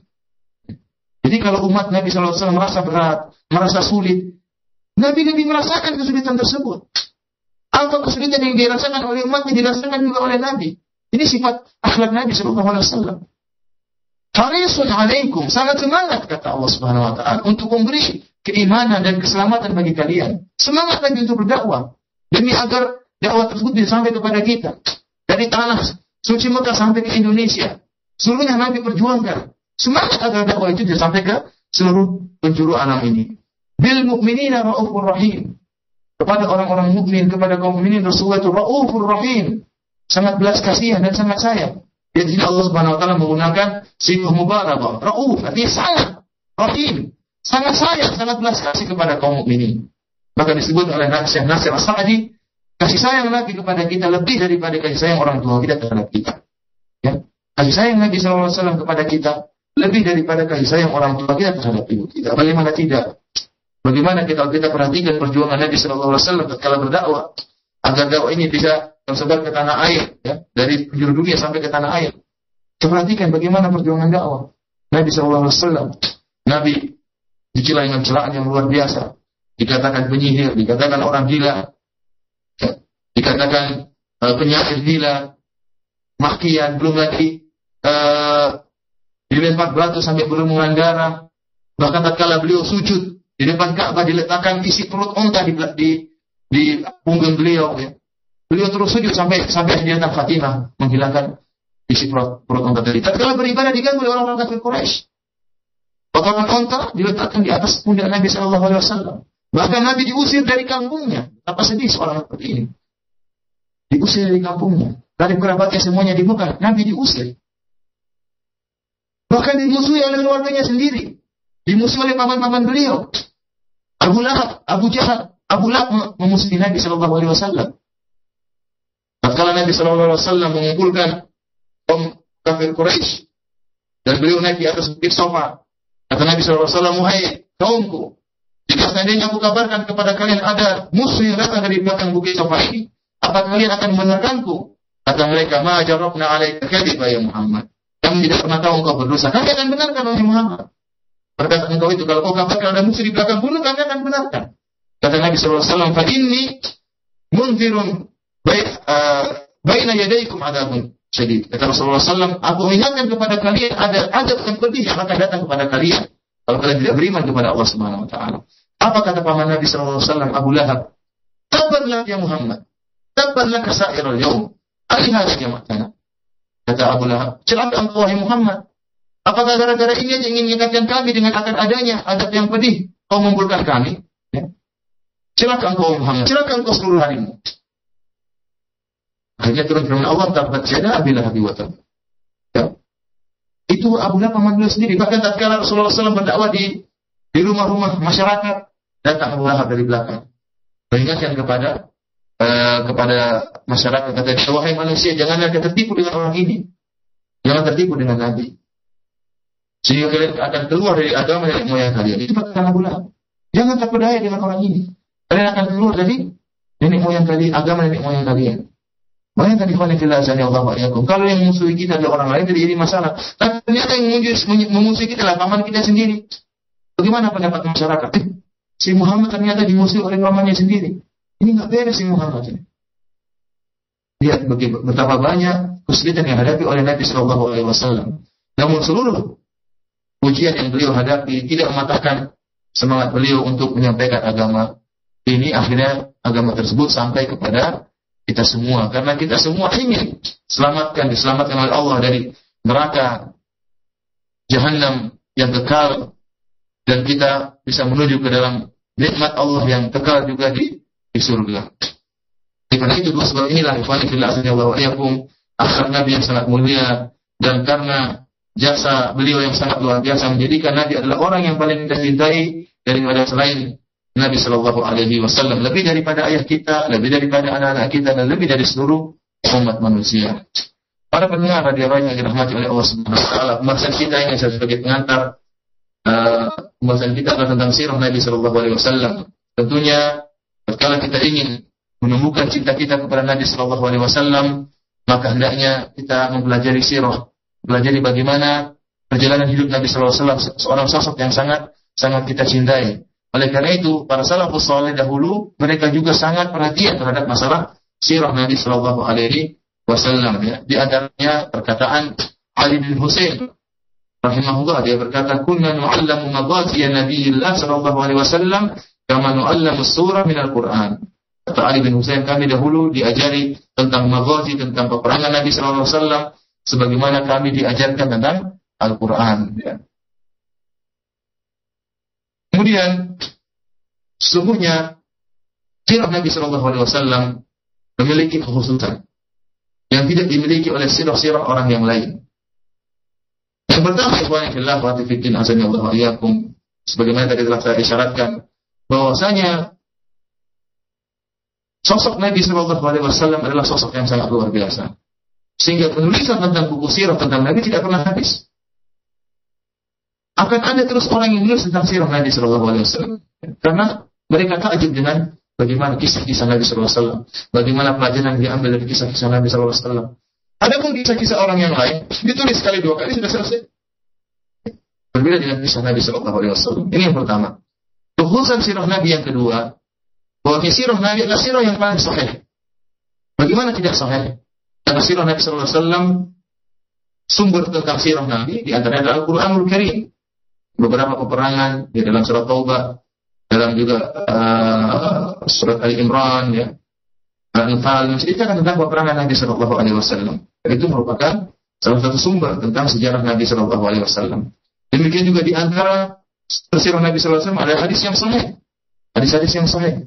Jadi kalau umat Nabi shallallahu alaihi wasallam merasa berat, merasa sulit, Nabi lebih merasakan kesulitan tersebut. Apa kesulitan yang dirasakan oleh umatnya dirasakan juga oleh Nabi. Ini sifat akhlak Nabi shallallahu alaihi wasallam. Harisun 'alaikum, sangat semangat kata Allah Subhanahu Wa Taala untuk memberi keimanan dan keselamatan bagi kalian. Semangat Nabi untuk berdakwah demi agar dakwah tersebut bisa sampai kepada kita. Dari tanah suci Mekah sampai ke Indonesia. Seluruhnya Nabi perjuangkan. Semangat agar dakwah itu bisa sampai ke seluruh penjuru alam ini. Bil mu'minina raufur rahim. Kepada orang-orang mukmin, kepada kaum mukminin Rasulullah itu raufur rahim. Sangat belas kasihan dan sangat sayang. Di sini Allah Subhanahu Wa Taala menggunakan sifat mubalaghah. Rauf artinya sangat rahim. Sangat sayang, sangat belas kasih kepada kaum mukminin. Maka disebut oleh Syekh Nasir As-Sa'di, kasih sayang Nabi kepada kita lebih daripada kasih sayang orang tua kita terhadap kita. Ya. Kasih sayang Nabi shallallahu alaihi wasallam kepada kita lebih daripada kasih sayang orang tua kita terhadap ibu kita. Bagaimana tidak? Bagaimana kita kita perhatikan perjuangan Nabi shallallahu alaihi wasallam ketika berdakwah agar dakwah ini bisa tersebar ke tanah air, ya, dari penjuru dunia sampai ke tanah air. Perhatikan bagaimana perjuangan dakwah Nabi shallallahu alaihi wasallam. Nabi dicela dengan celaan yang luar biasa. Dikatakan penyihir, dikatakan orang gila. Dikatakan uh, penyair gila, makian, belum lagi uh, dilempar batu sampai berlumuran darah. Bahkan tatkala beliau sujud di depan Ka'bah diletakkan isi perut unta di di, di punggung beliau. Ya. Beliau terus sujud sampai sampai dia tak Fatimah menghilangkan isi perut perut unta tadi. Tatkala beribadah diganggu oleh orang-orang kafir Quraisy. Potongan unta diletakkan di atas pundak Nabi Shallallahu Alaihi Wasallam. Bahkan Nabi diusir dari kampungnya. Apa sedih seorang seperti ini? Diusir dari kampungnya. Dari kerabatnya semuanya dibuka. Nabi diusir. Bahkan dimusuhi oleh keluarganya sendiri. Dimusuhi oleh paman-paman beliau. Abu Lahab, Abu Jahal, Abu Lahab memusuhi Nabi Shallallahu Alaihi Wasallam. Tatkala Nabi Shallallahu Alaihi Wasallam mengumpulkan kaum kafir Quraisy dan beliau naik di atas bukit Sofa. Kata Nabi Shallallahu Alaihi Wasallam, "Wahai kaumku, jika seandainya aku kabarkan kepada kalian ada musuh yang datang dari belakang bukit Sofa ini, apa kalian akan membenarkanku?" Kata mereka, "Ma jarabna 'alaika kadhiba ya Muhammad." Kami tidak pernah tahu engkau berdosa. Kami akan benarkan wahai Muhammad. Perkataan engkau itu, kalau kau kabarkan ada musuh di belakang bunuh, kami akan benarkan. Kata Nabi shallallahu alaihi wasallam, "Fa inni munzirun baina yadaykum adabun syadid." Kata Rasulullah shallallahu alaihi wasallam, "Aku ingatkan kepada kalian ada adab yang pedih yang akan datang kepada kalian kalau kalian tidak beriman kepada Allah Subhanahu Wa Taala." Apa kata paman Nabi shallallahu alaihi wasallam, Abu Lahab? "Tabban lak ya Muhammad, tabban lak sa'irul yaum, alihada jama'tana." Kata Abu Lahab, "Celaka engkau wahai Muhammad. Apakah gara-gara ini aja ingin mengingatkan kami dengan akan adanya adab yang pedih, kau mengumpulkan kami? Ya. Celaka engkau Muhammad, celaka engkau seluruh harimu." Akhirnya turun firman Allah, "Tabbat yada Abi Lahab wa tab." Ya. Itu Abu Lahab paman beliau sendiri. Bahkan tatkala Rasulullah shallallahu alaihi wasallam berdakwah di di rumah-rumah masyarakat, datang Abu Lahab dari belakang, mengingatkan kepada Uh, kepada masyarakat, kata dia, "Wahai manusia, janganlah tertipu dengan orang ini. Jangan tertipu dengan Nabi. Sehingga kalian akan keluar dari agama dari moyang kalian." Itu perkataan Abu Lahab. Jangan terpedaya dengan orang ini. Kalian akan keluar dari nenek moyang kalian, agama nenek moyang kalian. Banyak tadi ikhwan fillah Allah wa iyyakum. Kalau yang musuhi kita adalah orang lain tidak jadi masalah. Tapi ternyata yang memusuhi kita adalah paman kita sendiri. Bagaimana pendapat masyarakat? Eh, si Muhammad ternyata dimusuhi oleh pamannya sendiri. Ini nggak beres si Muhammad ini. Lihat betapa banyak kesulitan yang dihadapi oleh Nabi Shallallahu Alaihi Wasallam. Namun seluruh ujian yang beliau hadapi tidak mematahkan semangat beliau untuk menyampaikan agama ini. Akhirnya agama tersebut sampai kepada kita semua, karena kita semua ingin selamatkan, diselamatkan oleh Allah dari neraka Jahannam yang kekal, dan kita bisa menuju ke dalam nikmat Allah yang kekal juga di, di surga. Karena itu dua sebab inilah ikhwan fillah wa iyyakum, akhlak Nabi yang sangat mulia, dan karena jasa beliau yang sangat luar biasa menjadikan Nabi adalah orang yang paling kita cintai daripada selain Nabi Shallallahu Alaihi Wasallam, lebih daripada ayah kita, lebih daripada anak-anak kita, dan lebih dari seluruh umat manusia. Para pendengar radio yang dirahmati oleh Allah Subhanahu Wa Taala, pembahasan kita ini sebagai pengantar, uh, pembahasan kita adalah tentang sirah Nabi Shallallahu Alaihi Wasallam. Tentunya, kalau kita ingin menumbuhkan cinta kita kepada Nabi Shallallahu Alaihi Wasallam, maka hendaknya kita mempelajari sirah, pelajari bagaimana perjalanan hidup Nabi Shallallahu Alaihi Wasallam, seorang sosok yang sangat sangat kita cintai. Oleh karena itu, para salafus saleh dahulu mereka juga sangat perhatian terhadap masalah sirah Nabi Shallallahu Alaihi Wasallam. Ya. Di antaranya perkataan Ali bin Husain, rahimahullah, dia berkata, "Kunna nu'allamu maghaziya Nabiyillah Shallallahu Alaihi Wasallam kama nu'allamu surah minal Quran." Kata Ali bin Husain, kami dahulu diajari tentang maghazi, tentang peperangan Nabi Shallallahu Alaihi Wasallam, sebagaimana kami diajarkan tentang Al-Quran. Ya. Kemudian, sesungguhnya sirah Nabi Shallallahu Alaihi Wasallam memiliki kekhususan yang tidak dimiliki oleh sirah-sirah orang yang lain. Yang pertama, ikhwan fillah wa fiddin azanillahu wa iyyakum, sebagaimana tadi telah saya isyaratkan, bahwasanya sosok Nabi Shallallahu Alaihi Wasallam adalah sosok yang sangat luar biasa, sehingga penulisan tentang buku sirah tentang Nabi tidak pernah habis. Akan ada terus orang yang menulis tentang sirah Nabi Shallallahu Alaihi Wasallam, karena mereka takjub dengan bagaimana kisah-kisah Nabi Shallallahu Alaihi Wasallam, bagaimana pelajaran yang diambil dari kisah-kisah Nabi Shallallahu Alaihi Wasallam. Adapun kisah-kisah orang yang lain ditulis sekali dua kali sudah selesai. Berbeda dengan kisah Nabi Shallallahu Alaihi Wasallam. Ini yang pertama. Kekhususan sirah Nabi yang kedua, bahwa sirah Nabi adalah sirah yang paling sahih. Bagaimana tidak sahih? Karena sirah Nabi Shallallahu Alaihi Wasallam, sumber tentang sirah Nabi di antaranya adalah Al-Quranul Karim. Beberapa peperangan di dalam surat Taubah, dalam juga uh, surat Ali Imran, ya, Al-Anfal, menceritakan tentang peperangan Nabi Shallallahu Alaihi Wasallam. Itu merupakan salah satu sumber tentang sejarah Nabi Shallallahu Alaihi Wasallam. Demikian juga di antara sirah Nabi Shallallahu Alaihi Wasallam ada hadis yang sahih, hadis-hadis yang sahih,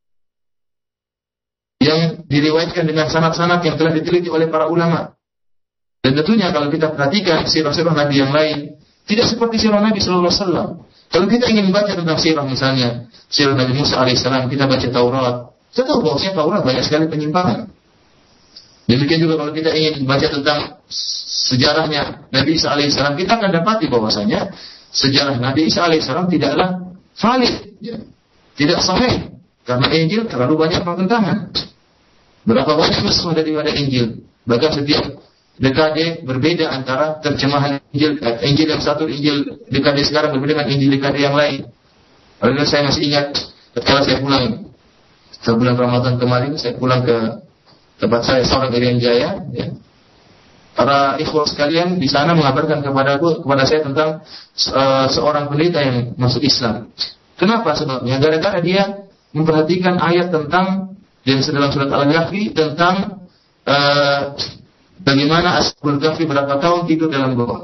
yang diriwayatkan dengan sanad-sanad yang telah diteliti oleh para ulama. Dan tentunya kalau kita perhatikan sirah-sirah Nabi yang lain, tidak seperti sirah Nabi Sallallahu Alaihi Wasallam. Kalau kita ingin membaca tentang sirah, misalnya sirah Nabi Musa Alaihissalam, kita baca Taurat, kita tahu bahwasanya Taurat banyak sekali penyimpangan. Demikian juga kalau kita ingin membaca tentang sejarahnya Nabi Isa Alaihissalam, kita akan dapati bahwasanya sejarah Nabi Isa Alaihissalam tidaklah valid, ya, tidak sahih, karena Injil terlalu banyak pertentangan. Berapa banyak nuskah daripada Injil? Bahkan setiap dekade berbeda antara terjemahan Injil. Injil yang satu, Injil dekade sekarang berbeda dengan Injil dekade yang lain. Lalu saya masih ingat ketika saya pulang ke bulan Ramadan kemarin, saya pulang ke tempat saya seorang Irian Jaya. Ya. Para ikhwah sekalian di sana mengabarkan kepada aku, kepada saya tentang uh, seorang pendeta yang masuk Islam. Kenapa sebabnya? Gara-gara dia memperhatikan ayat tentang yang dalam surat Al-Kahfi tentang uh, bagaimana Ashabul Kahfi berapa tahun tidur dalam gua.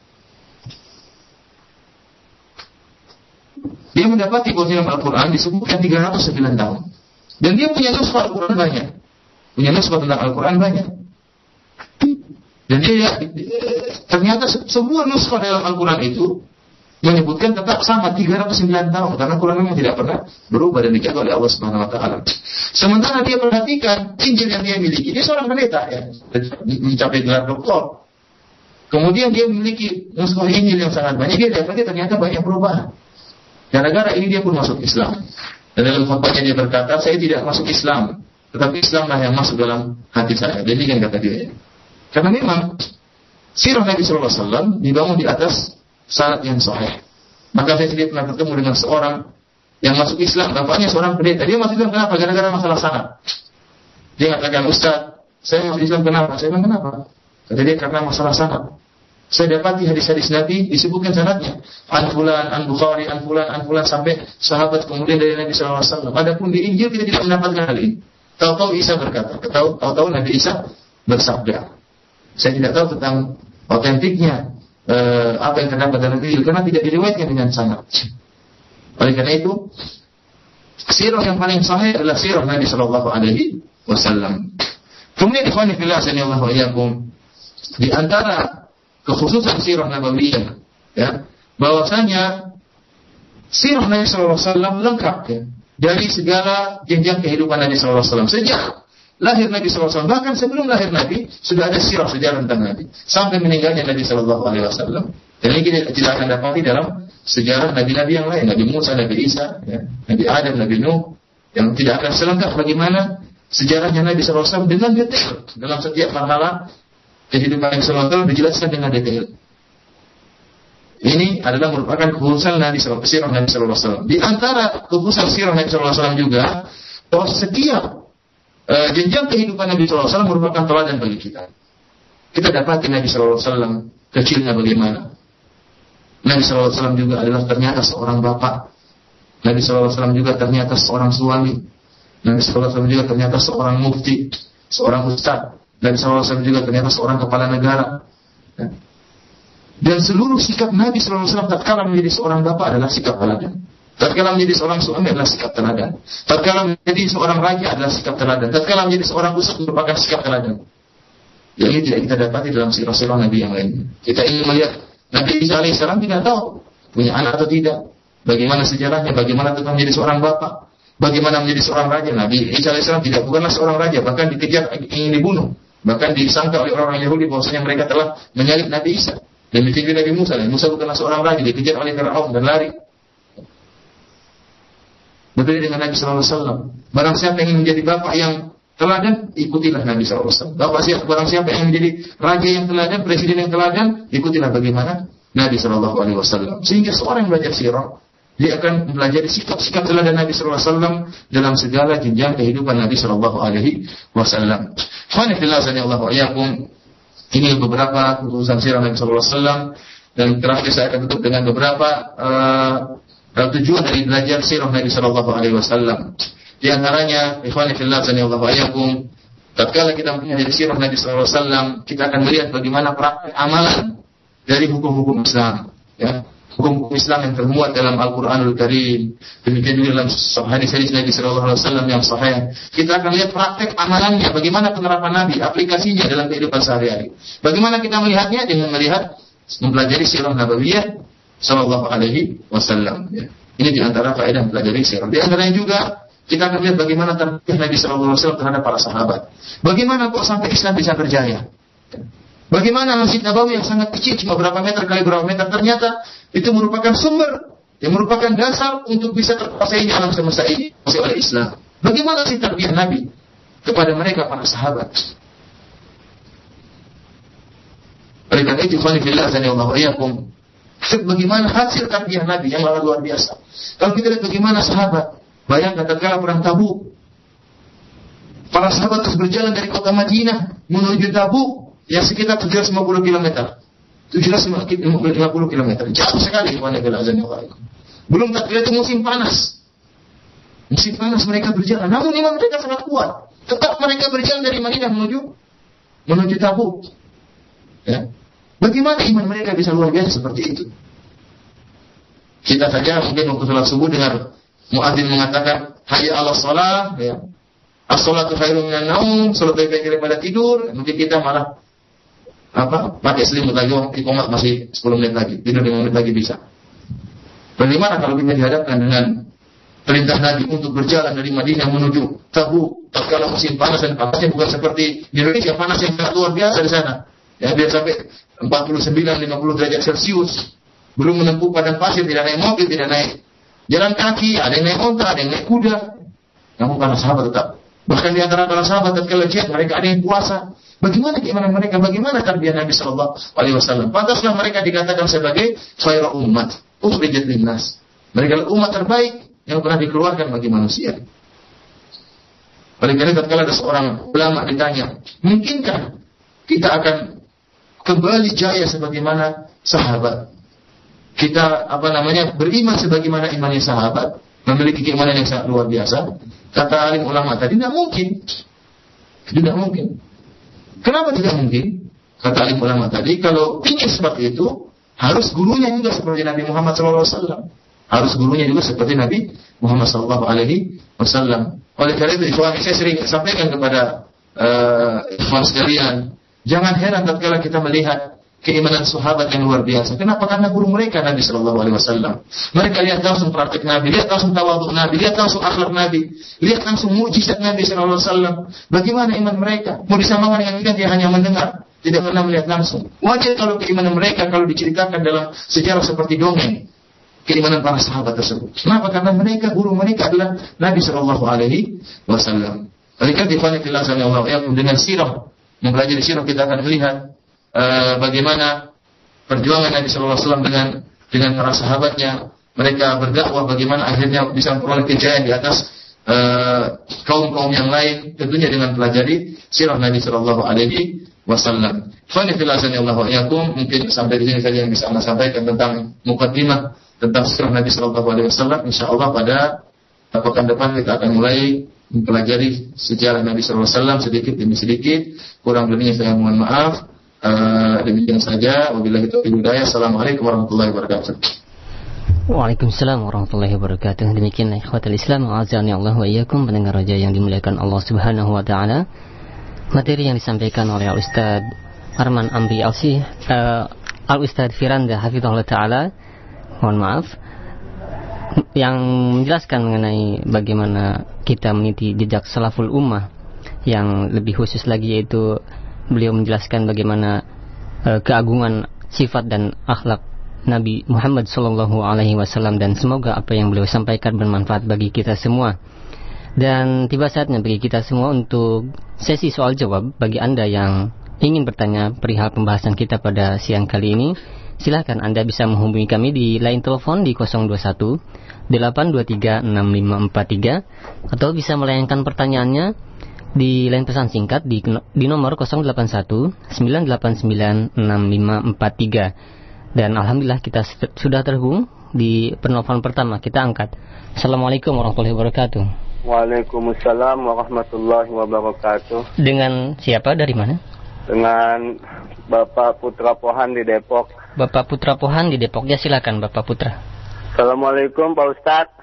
Dia mendapati bahwa dalam Al-Quran disebutkan tiga ratus sembilan tahun. Dan dia punya nuskah Al-Quran banyak. Punya nuskah tentang Al-Quran banyak. Dan dia ternyata semua nuskah dalam Al-Quran itu menyebutkan tetap sama tiga ratus sembilan tahun, karena Quran memang tidak pernah berubah dan dijaga oleh Allah Subhanahu wa taala. Sementara dia perhatikan Injil yang dia miliki, dia seorang pendeta ya, mencapai gelar doktor. Kemudian dia memiliki nuskah Injil yang sangat banyak, dia dapati ternyata banyak perubahan. Gara-gara ini dia pun masuk Islam. Dan dalam khutbahnya dia berkata, saya tidak masuk Islam, tetapi Islamlah yang masuk dalam hati saya. Jadi kan kata dia. Karena memang sirah Nabi Sallallahu Alaihi Wasallam dibangun di atas syarat yang sahih. Maka saya sendiri pernah bertemu dengan seorang yang masuk Islam, bapaknya seorang pendeta. Dia masuk Islam kenapa? Gara-gara masalah sanad. Dia katakan, Ustaz, saya masuk Islam kenapa? Saya bilang kenapa? Kata dia, karena masalah sanad. Saya dapati hadis-hadis Nabi disebutkan sanadnya. An fulan, an Bukhari, an fulan, an fulan sampai sahabat kemudian dari Nabi Sallallahu Alaihi Wasallam. Adapun di Injil kita tidak mendapatkan hal ini. Tahu-tahu Isa berkata, tahu-tahu Nabi Isa bersabda. Saya tidak tahu tentang otentiknya eh, apa yang terdapat dalam Injil karena tidak diriwayatkan dengan sanad. Oleh karena itu, sirah yang paling sahih adalah sirah Nabi Sallallahu Alaihi Wasallam. Kemudian ikhwani fillah sanallahu iyyakum, di antara kekhususan sirah nabawiyah, ya, bahwasanya sirah Nabi Sallallahu Alaihi Wasallam lengkap ya, dari segala jenjang kehidupan Nabi Sallallahu Alaihi Wasallam. Sejak lahir Nabi Sallallahu Alaihi Wasallam, bahkan sebelum lahir Nabi sudah ada sirah sejarah tentang Nabi sampai meninggalnya Nabi Sallallahu Alaihi Wasallam. Dan ini kita tidak akan dapati dalam sejarah Nabi-Nabi yang lain, Nabi Musa, Nabi Isa, ya, Nabi Adam, Nabi Nuh, yang tidak akan selengkap bagaimana sejarahnya Nabi Sallallahu Alaihi Wasallam dengan detail dalam setiap marhalah kehidupan Nabi Sallallahu Alaihi Wasallam dijelaskan dengan detail. Ini adalah merupakan kekhususan Nabi Sallallahu Alaihi Wasallam. Di antara kekhususan sirah Nabi Sallallahu Alaihi Wasallam juga bahwa setiap uh, jenjang kehidupan Nabi Sallallahu Alaihi Wasallam merupakan teladan bagi kita. Kita dapati Nabi Sallallahu Alaihi Wasallam kecilnya bagaimana. Nabi Sallallahu Alaihi Wasallam juga adalah ternyata seorang bapak. Nabi Sallallahu Alaihi Wasallam juga ternyata seorang suami. Nabi Sallallahu Alaihi Wasallam juga ternyata seorang mufti, seorang ustaz. Nabi Sallallahu Alaihi Wasallam juga ternyata seorang kepala negara. Dan seluruh sikap Nabi Sallallahu Alaihi Wasallam tatkala menjadi seorang bapak adalah sikap teladan. Tatkala menjadi seorang suami adalah sikap teladan. Tatkala menjadi seorang raja adalah sikap teladan. Tatkala menjadi seorang ustaz merupakan sikap teladan. Yang ini tidak kita dapati dalam sirah-sirah Nabi yang lain. Kita ingin melihat Nabi Isa alaihissalam tidak tahu punya anak atau tidak. Bagaimana sejarahnya, bagaimana tentang menjadi seorang bapak, bagaimana menjadi seorang raja. Nabi Isa alaihissalam tidak bukanlah seorang raja, bahkan dikejar ingin dibunuh. Bahkan disangka oleh orang Yahudi bahwasanya mereka telah menyalib Nabi Isa. Demikian juga Nabi Musa. Nabi Musa bukanlah seorang raja, dikejar oleh Firaun dan lari. Berbeda dengan Nabi Sallallahu Alaihi Wasallam. Barang siapa yang ingin menjadi bapak yang teladan, ikutilah Nabi Sallallahu Alaihi Wasallam. Bapak siapa, barang siapa yang menjadi raja yang teladan, presiden yang teladan, ikutilah bagaimana Nabi Sallallahu Alaihi Wasallam. Sehingga seorang yang belajar sirah, dia akan mempelajari sikap-sikap teladan Nabi Sallallahu Alaihi Wasallam dalam segala jenjang kehidupan Nabi Sallallahu Alaihi Wasallam. Alhamdulillah, sanallahu iyyakum. Ini beberapa kekhususan sirah Nabi Sallallahu Alaihi Wasallam, dan terakhir saya akan tutup dengan beberapa uh, tujuan dari belajar sirah Nabi Sallallahu Alaihi Wasallam. Di antaranya, ikhwani fillah sanallahu iyyakum, tatkala kita mempelajari sirah Nabi Sallallahu Alaihi Wasallam, kita akan melihat bagaimana praktik amalan dari hukum-hukum Islam, ya. Hukum Islam yang termuat dalam Al-Quranul Karim, demikian juga dalam hadis-hadis Nabi Sallallahu Alaihi Wasallam yang sahih. Kita akan lihat praktek amalannya, bagaimana penerapan Nabi, aplikasinya dalam kehidupan sehari-hari. Bagaimana kita melihatnya dengan melihat mempelajari sirah Nabawiyah Sallallahu Alaihi Wasallam. Ya. Ini diantara faedah mempelajari sirah. Di antaranya juga kita akan lihat bagaimana tarbiyah Nabi Sallallahu Alaihi Wasallam terhadap para sahabat. Bagaimana kok sampai Islam bisa berjaya? Bagaimana Masjid Nabawi yang sangat kecil, cuma berapa meter kali berapa meter, ternyata itu merupakan sumber yang merupakan dasar untuk bisa terkuasainya alam semesta ini oleh Islam. Bagaimana sih tarbiyah Nabi kepada mereka para sahabat? Oleh karena itu, ikhwani fillah sanallahu iyyakum, bagaimana hasil tarbiyah Nabi yang luar biasa. Kalau kita lihat bagaimana sahabat, bayangkan tatkala perang Tabuk, para sahabat terus berjalan dari kota Madinah menuju Tabuk yang sekitar tujuh ratus lima puluh kilometer. tujuh ratus lima puluh kilometer. Jauh sekali. Belum tak kira itu musim panas. Musim panas mereka berjalan. Namun iman mereka sangat kuat. Tetap mereka berjalan dari Madinah menuju menuju Tabuk. Ya. Bagaimana iman mereka bisa luar biasa seperti itu? Kita saja mungkin waktu salat subuh dengar muadzin mengatakan hayya 'alas shalah, ya. As-shalatu khairun minan naum, salat lebih baik daripada tidur. Mungkin kita malah apa? Pakai selimut lagi, iqamah masih sepuluh menit lagi, tidur lima menit lagi bisa. Bagaimana kalau kita dihadapkan dengan perintah Nabi untuk berjalan dari Madinah menuju Tabuk, tatkala musim panas, dan panasnya bukan seperti di Indonesia, panas yang sangat luar biasa di sana. Ya, biar sampai empat puluh sembilan sampai lima puluh derajat Celcius. Belum menempuh padang pasir, tidak naik mobil, tidak naik jalan kaki, ada yang naik onta, ada yang naik kuda. Namun para sahabat tetap. Bahkan di antara para sahabat tatkala jihad mereka ada yang puasa. Bagaimana keimanan mereka? Bagaimana tarbiyah Nabi sallallahu alaihi wasallam? Pantaslah mereka dikatakan sebagai khairu ummat, ukhrijat linnas. Mereka adalah umat terbaik yang pernah dikeluarkan bagi manusia. Oleh karena tatkala ada seorang ulama ditanya, mungkinkah kita akan kembali jaya sebagaimana sahabat? Kita apa namanya beriman sebagaimana imannya sahabat, memiliki keimanan yang sangat luar biasa. Kata alim ulama tadi, tidak mungkin. Tidak mungkin. Kenapa tidak mungkin? Kata alim ulama tadi, kalau ingin seperti itu, harus gurunya juga seperti Nabi Muhammad shallallahu alaihi wasallam. Harus gurunya juga seperti Nabi Muhammad shallallahu alaihi wasallam. Oleh karena itu, ikhwan, saya sering sampaikan kepada uh, ikhwan sekalian, jangan heran tatkala kita melihat keimanan sahabat yang luar biasa. Kenapa? Karena guru mereka Nabi Shallallahu Alaihi Wasallam. Mereka lihat langsung praktik Nabi, lihat langsung tawadhu Nabi, lihat langsung akhlak Nabi, lihat langsung mujizat Nabi Shallallahu Alaihi Wasallam. Bagaimana iman mereka? Mau disamakan dengan kita, dia hanya mendengar, tidak pernah melihat langsung. Wajar kalau keimanan mereka kalau diceritakan dalam sejarah seperti dongeng, keimanan para sahabat tersebut. Kenapa? Karena mereka, guru mereka adalah Nabi Shallallahu Alaihi Wasallam. Mereka difanatikan oleh Allah dengan sirah, mempelajari sirah kita akan melihat Uh, bagaimana perjuangan Nabi Sallallahu Alaihi Wasallam dengan dengan para sahabatnya, mereka berdakwah bagaimana akhirnya bisa memperoleh kejayaan di atas uh, kaum-kaum yang lain, tentunya dengan pelajari sirah Nabi Sallallahu Alaihi Wasallam. Fanifilazani Allah wa yakum, mungkin sampai di sini saja yang bisa anda sampaikan tentang mukaddimah tentang sirah Nabi Sallallahu Alaihi Wasallam. Insyaallah pada pekan depan kita akan mulai mempelajari sejarah Nabi Sallallahu Alaihi Wasallam sedikit demi sedikit. Kurang lebihnya saya mohon maaf. Uh, demikian saja. Wabillahi taufiq wal hidayah. Assalamualaikum warahmatullahi wabarakatuh. Waalaikumsalam warahmatullahi wabarakatuh. Demikian ikhwatul Islam, azani Allah wa iyyakum, pendengar raja yang dimuliakan Allah Subhanahu wa taala. Materi yang disampaikan oleh Al Ustaz Arman Amri Alsi, uh, Al Ustaz Firanda hafizahullah taala, mohon maaf, yang menjelaskan mengenai bagaimana kita meniti jejak salaful ummah, yang lebih khusus lagi yaitu beliau menjelaskan bagaimana uh, keagungan sifat dan akhlak Nabi Muhammad Sallallahu Alaihi Wasallam, dan semoga apa yang beliau sampaikan bermanfaat bagi kita semua. Dan tiba saatnya bagi kita semua untuk sesi soal jawab. Bagi Anda yang ingin bertanya perihal pembahasan kita pada siang kali ini, silakan Anda bisa menghubungi kami di line telepon di nol dua satu delapan dua tiga enam lima empat tiga, atau bisa melayangkan pertanyaannya di line pesan singkat di, di nomor nol delapan satu sembilan delapan sembilan enam lima empat tiga. Dan alhamdulillah kita sudah terhubung di penelpon pertama. Kita angkat. Assalamualaikum warahmatullahi wabarakatuh. Waalaikumsalam warahmatullahi wabarakatuh. Dengan siapa, dari mana? Dengan Bapak Putra Pohan di Depok. Bapak Putra Pohan di Depok. Ya silakan Bapak Putra. Assalamualaikum Pak Ustadz.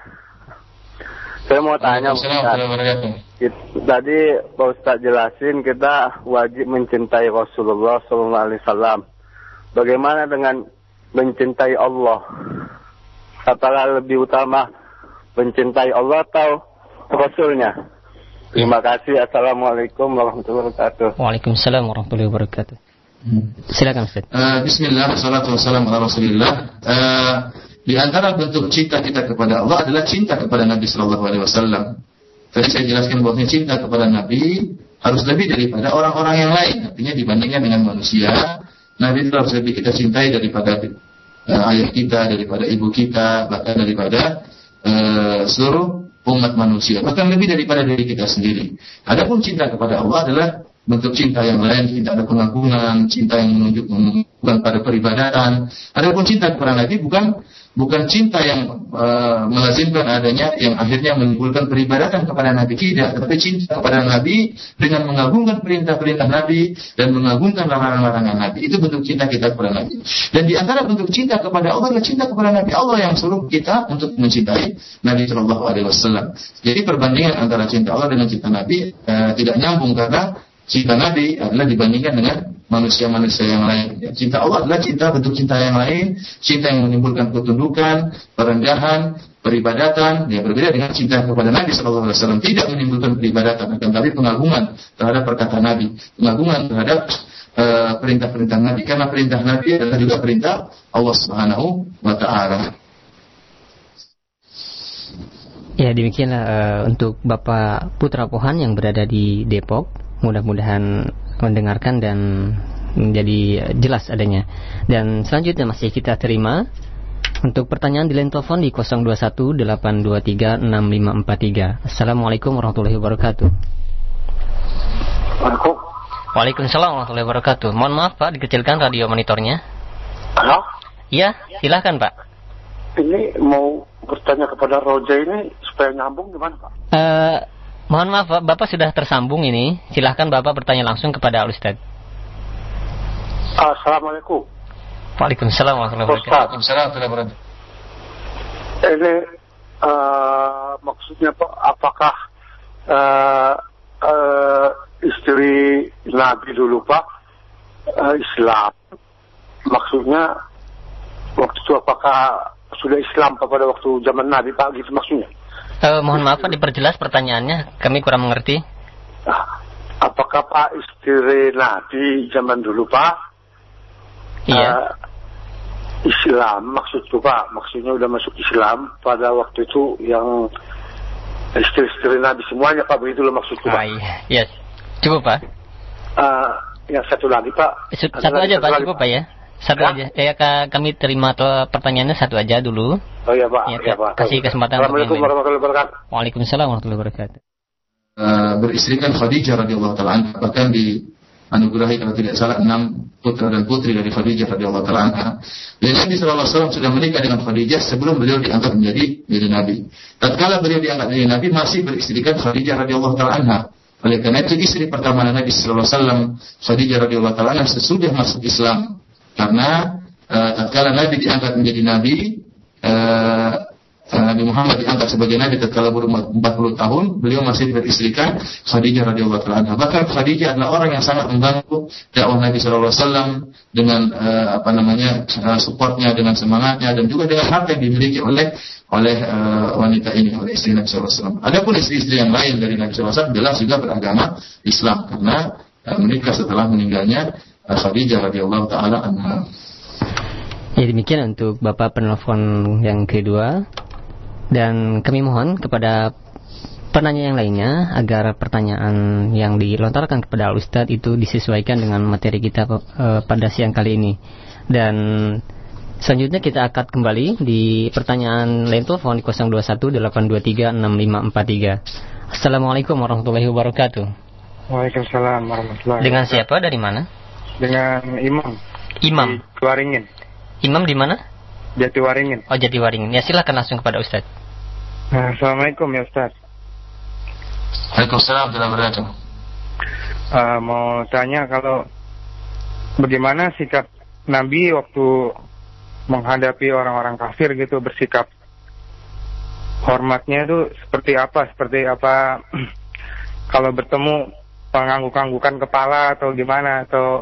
Saya mau tanya Pak Ustadz. Tadi Pak Ustadz jelasin kita wajib mencintai Rasulullah Sallallahu Alaihi Wasallam. Bagaimana dengan mencintai Allah? Apakah lebih utama mencintai Allah atau Rasulnya? Terima kasih. Assalamualaikum warahmatullahi wabarakatuh. Waalaikumsalam warahmatullahi wabarakatuh. Hmm. Silakan Ustaz. Uh, Bismillah, wassalatu wassalamu ala Rasulillah. Uh, di antara bentuk cinta kita kepada Allah adalah cinta kepada Nabi Sallallahu Alaihi Wasallam. Tadi saya jelaskan bahwa cinta kepada Nabi harus lebih daripada orang-orang yang lain. Artinya dibandingkan dengan manusia, Nabi itu harus lebih kita cintai daripada uh, ayah kita, daripada ibu kita, bahkan daripada uh, seluruh umat manusia, bahkan lebih daripada diri kita sendiri. Adapun cinta kepada Allah adalah bentuk cinta yang lain, cinta ada pengagungan, cinta yang menunjukkan pada peribadatan. Adapun cinta kepada Nabi bukan bukan cinta yang uh, melazimkan adanya, yang akhirnya menimbulkan peribadatan kepada Nabi, tidak, tapi cinta kepada Nabi dengan mengagungkan perintah-perintah Nabi dan mengagungkan larangan-larangan Nabi. Itu bentuk cinta kita kepada Nabi. Dan di antara bentuk cinta kepada Allah adalah cinta kepada Nabi. Allah yang suruh kita untuk mencintai Nabi Shallallahu Alaihi Wasallam. Jadi perbandingan antara cinta Allah dengan cinta Nabi uh, tidak nyambung, karena cinta Nabi adalah dibandingkan dengan manusia-manusia yang lain. Cinta Allah adalah cinta, bentuk cinta yang lain, cinta yang menimbulkan ketundukan, perendahan, peribadatan. Ya, berbeda dengan cinta kepada Nabi Sallallahu Alaihi Wasallam, tidak menimbulkan peribadatan, tetapi pengagungan terhadap perkataan Nabi, pengagungan terhadap uh, perintah-perintah Nabi, karena perintah Nabi adalah juga perintah Allah Subhanahu Wa Taala. Ya, demikianlah uh, untuk Bapak Putra Pohan yang berada di Depok. Mudah-mudahan mendengarkan dan menjadi jelas adanya. Dan selanjutnya masih kita terima untuk pertanyaan di line telepon di nol dua satu delapan dua tiga enam lima empat tiga. Assalamualaikum warahmatullahi wabarakatuh. Waalaikumsalam. Waalaikumsalam warahmatullahi wabarakatuh. Mohon maaf Pak, dikecilkan radio monitornya. Halo? Ya, silahkan Pak. Ini mau bertanya kepada Roja ini supaya nyambung gimana Pak? Uh, mohon maaf Pak, Bapak sudah tersambung ini. Silahkan Bapak bertanya langsung kepada Al-Ustadz. Assalamualaikum. Waalaikumsalam warahmatullahi wabarakatuh. Waalaikumsalam. Ini uh, maksudnya Pak, apakah uh, uh, istri Nabi dulu Pak uh, Islam? Maksudnya waktu itu apakah sudah Islam Pak pada waktu zaman Nabi Pak, gitu maksudnya? Uh, mohon maaf Pak, diperjelas pertanyaannya, kami kurang mengerti. Uh, apakah Pak istri Nabi zaman dulu Pak Iya. uh, Islam maksudku Pak, maksudnya udah masuk Islam pada waktu itu yang istri-istri Nabi semuanya Pak, begitu loh maksudku Pak. Ah, iya. Yes. Cukup Pak. Uh, yang satu lagi Pak. Satu, satu aja satu Pak, cukup Pak ya. Satu ya? aja. Ya, kami terima pertanyaannya satu aja dulu. Oh iya Pak. Ya, ya, Pak. Kasih kesempatan. Assalamualaikum warahmatullahi wabarakatuh. Waalaikumsalam warahmatullahi wabarakatuh. Uh, beristrikan Khadijah radhiyallahu taala anha, bahkan dianugerahi kalau tidak salah enam putra dan putri dari Khadijah radhiyallahu taala anha. Dan Nabi sallallahu alaihi wasallam sudah menikah dengan Khadijah sebelum beliau diangkat menjadi menjadi nabi. Tatkala beliau diangkat menjadi nabi masih beristrikan Khadijah radhiyallahu taala anha. Oleh karena itu istri pertama Nabi sallallahu alaihi wasallam Khadijah radhiyallahu taala anha sesudah masuk Islam. Karena uh, tatkala Nabi diangkat menjadi nabi, uh, Nabi Muhammad diangkat sebagai nabi tatkala berumur empat puluh tahun, beliau masih beristrikan Khadijah radhiyallahu taala anha. Bahkan Khadijah adalah orang yang sangat membantu dakwah Nabi sallallahu alaihi wasallam dengan uh, apa namanya uh, supportnya, dengan semangatnya, dan juga dengan harta yang dimiliki oleh oleh uh, wanita ini, oleh istri Nabi sallallahu alaihi wasallam. Adapun istri-istri yang lain dari Nabi sallallahu alaihi wasallam jelas juga beragama Islam karena uh, menikah setelah meninggalnya uh, Khadijah radhiyallahu taala anha. Ya, demikian untuk Bapak penelpon yang kedua. Dan kami mohon kepada penanya yang lainnya agar pertanyaan yang dilontarkan kepada Al-Ustadz itu disesuaikan dengan materi kita uh, pada siang kali ini. Dan selanjutnya kita akan kembali di pertanyaan line telepon di nol dua satu delapan dua tiga enam lima empat tiga. Assalamualaikum warahmatullahi wabarakatuh. Waalaikumsalam warahmatullahi wabarakatuh. Dengan siapa, dari mana? Dengan Imam. Imam. Di Jatiwaringin. Imam di mana? Jatiwaringin. Oh, Jatiwaringin. Ya, silakan langsung kepada Ustadz. Assalamualaikum ya Ustaz. Waalaikumsalam warahmatullahi wabarakatuh. Uh, mau tanya kalau bagaimana sikap Nabi waktu menghadapi orang-orang kafir gitu, bersikap hormatnya itu seperti apa? Seperti apa kalau bertemu pengangguk-anggukan kepala atau gimana, atau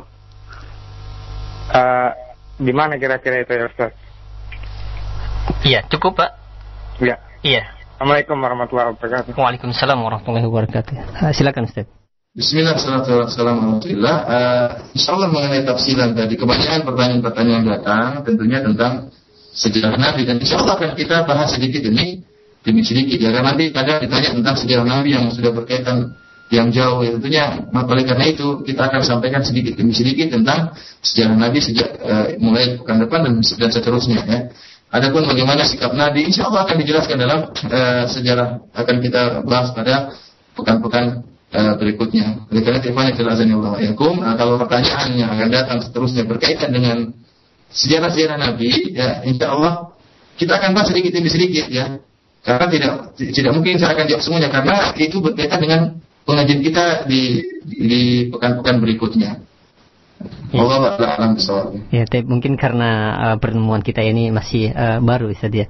uh, gimana kira-kira itu ya Ustaz? Iya, cukup Pak. Iya. Iya. Assalamualaikum warahmatullahi wabarakatuh. Waalaikumsalam warahmatullahi wabarakatuh. Uh, silakan Ustaz. Bismillah, assalamualaikum warahmatullahi wabarakatuh. Uh, Insyaallah mengenai tafsiran tadi, kebanyakan pertanyaan-pertanyaan datang tentunya tentang sejarah Nabi, dan insyaallah akan kita bahas sedikit ini demi sedikit ya, karena nanti kadang ditanya tentang sejarah Nabi yang sudah berkaitan yang jauh ya, tentunya. Oleh karena itu kita akan sampaikan sedikit demi sedikit tentang sejarah Nabi sejak uh, mulai pekan depan dan, dan seterusnya ya. Adapun bagaimana sikap Nabi, insya Allah akan dijelaskan dalam uh, sejarah, akan kita bahas pada pekan-pekan uh, berikutnya. Oleh karena itu, Allah yakum. Nah, kalau pertanyaannya akan datang seterusnya berkaitan dengan sejarah-sejarah Nabi, ya insya Allah kita akan bahas sedikit demi sedikit ya. Karena tidak tidak mungkin saya akan jawab semuanya, karena itu berkaitan dengan pengajian kita di di pekan-pekan berikutnya. Ya. Allah alam besar. Ya, tapi mungkin karena uh, pertemuan kita ini masih uh, baru Ustaz ya.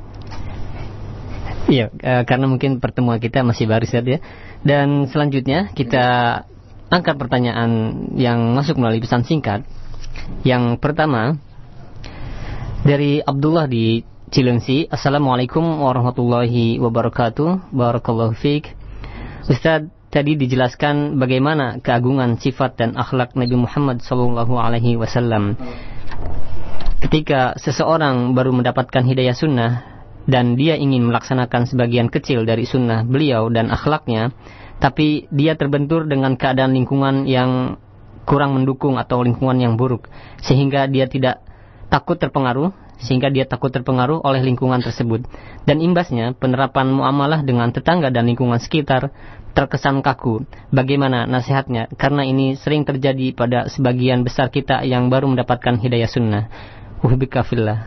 Iya, uh, karena mungkin pertemuan kita masih baru Ustaz ya. Dan selanjutnya kita angkat pertanyaan yang masuk melalui pesan singkat. Yang pertama dari Abdullah di Cilengsi. Assalamualaikum warahmatullahi wabarakatuh. Barakallahu fiik. Ustaz, tadi dijelaskan bagaimana keagungan sifat dan akhlak Nabi Muhammad sallallahu alaihi wasallam. Ketika seseorang baru mendapatkan hidayah sunnah dan dia ingin melaksanakan sebagian kecil dari sunnah beliau dan akhlaknya, tapi dia terbentur dengan keadaan lingkungan yang kurang mendukung atau lingkungan yang buruk, sehingga dia tidak takut terpengaruh, sehingga dia takut terpengaruh oleh lingkungan tersebut. Dan imbasnya, penerapan muamalah dengan tetangga dan lingkungan sekitar terkesan kaku. Bagaimana nasihatnya? Karena ini sering terjadi pada sebagian besar kita yang baru mendapatkan hidayah sunnah. Uhbika fillah.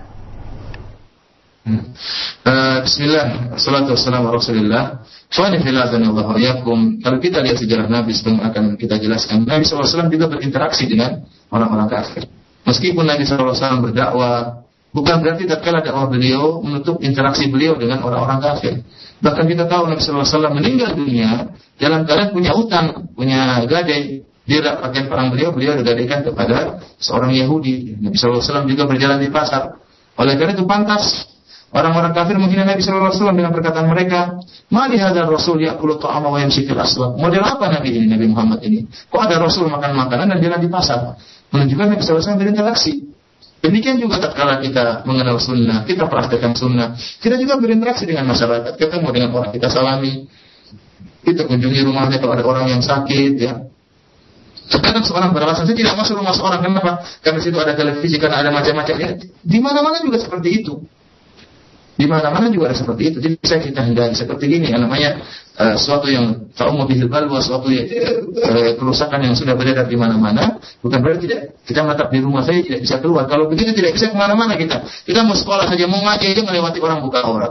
Hmm. Uh, Bismillah, salatu wassalamu ala Rasulillah. Fani filazanillahu yakum. Kalau kita lihat sejarah Nabi sebelum akan kita jelaskan, Nabi shallallahu alaihi wasallam juga berinteraksi dengan orang-orang kafir. Meskipun Nabi shallallahu alaihi wasallam berdakwah, bukan berarti tatkala dakwah beliau menutup interaksi beliau dengan orang-orang kafir. Bahkan kita tahu Nabi shallallahu alaihi wasallam meninggal dunia dalam keadaan punya utang, punya gadai. Dia pakaian perang beliau, beliau digadaikan kepada seorang Yahudi. Nabi shallallahu alaihi wasallam juga berjalan di pasar. Oleh karena itu pantas orang-orang kafir menghina Nabi shallallahu alaihi wasallam dengan perkataan mereka, "Mali hadzal rasul ya'kulu ta'ama wa yamshi fil aswaq." Model apa Nabi ini, Nabi Muhammad ini? Kok ada rasul makan makanan dan jalan di pasar? Menunjukkan Nabi shallallahu alaihi wasallam berinteraksi. Demikian juga tatkala kita mengenal sunnah, kita praktekkan sunnah, kita juga berinteraksi dengan masyarakat, ketemu dengan orang kita salami, kita kunjungi rumahnya kalau ada orang yang sakit, ya. Sekarang seorang beralasan, saya tidak masuk rumah seorang, kenapa? Karena situ ada televisi, karena ada macam-macam. Ya, di mana-mana juga seperti itu. Di mana-mana juga ada seperti itu. Jadi bisa kita hindari seperti ini. Yang namanya uh, suatu yang ta'ummu bihil balwa, suatu yang, uh, kerusakan yang sudah beredar di mana-mana. Bukan berarti tidak kita menetap di rumah saja tidak bisa keluar. Kalau begitu tidak bisa kemana-mana kita. Kita mau sekolah saja, mau ngaji aja melewati orang buka aurat.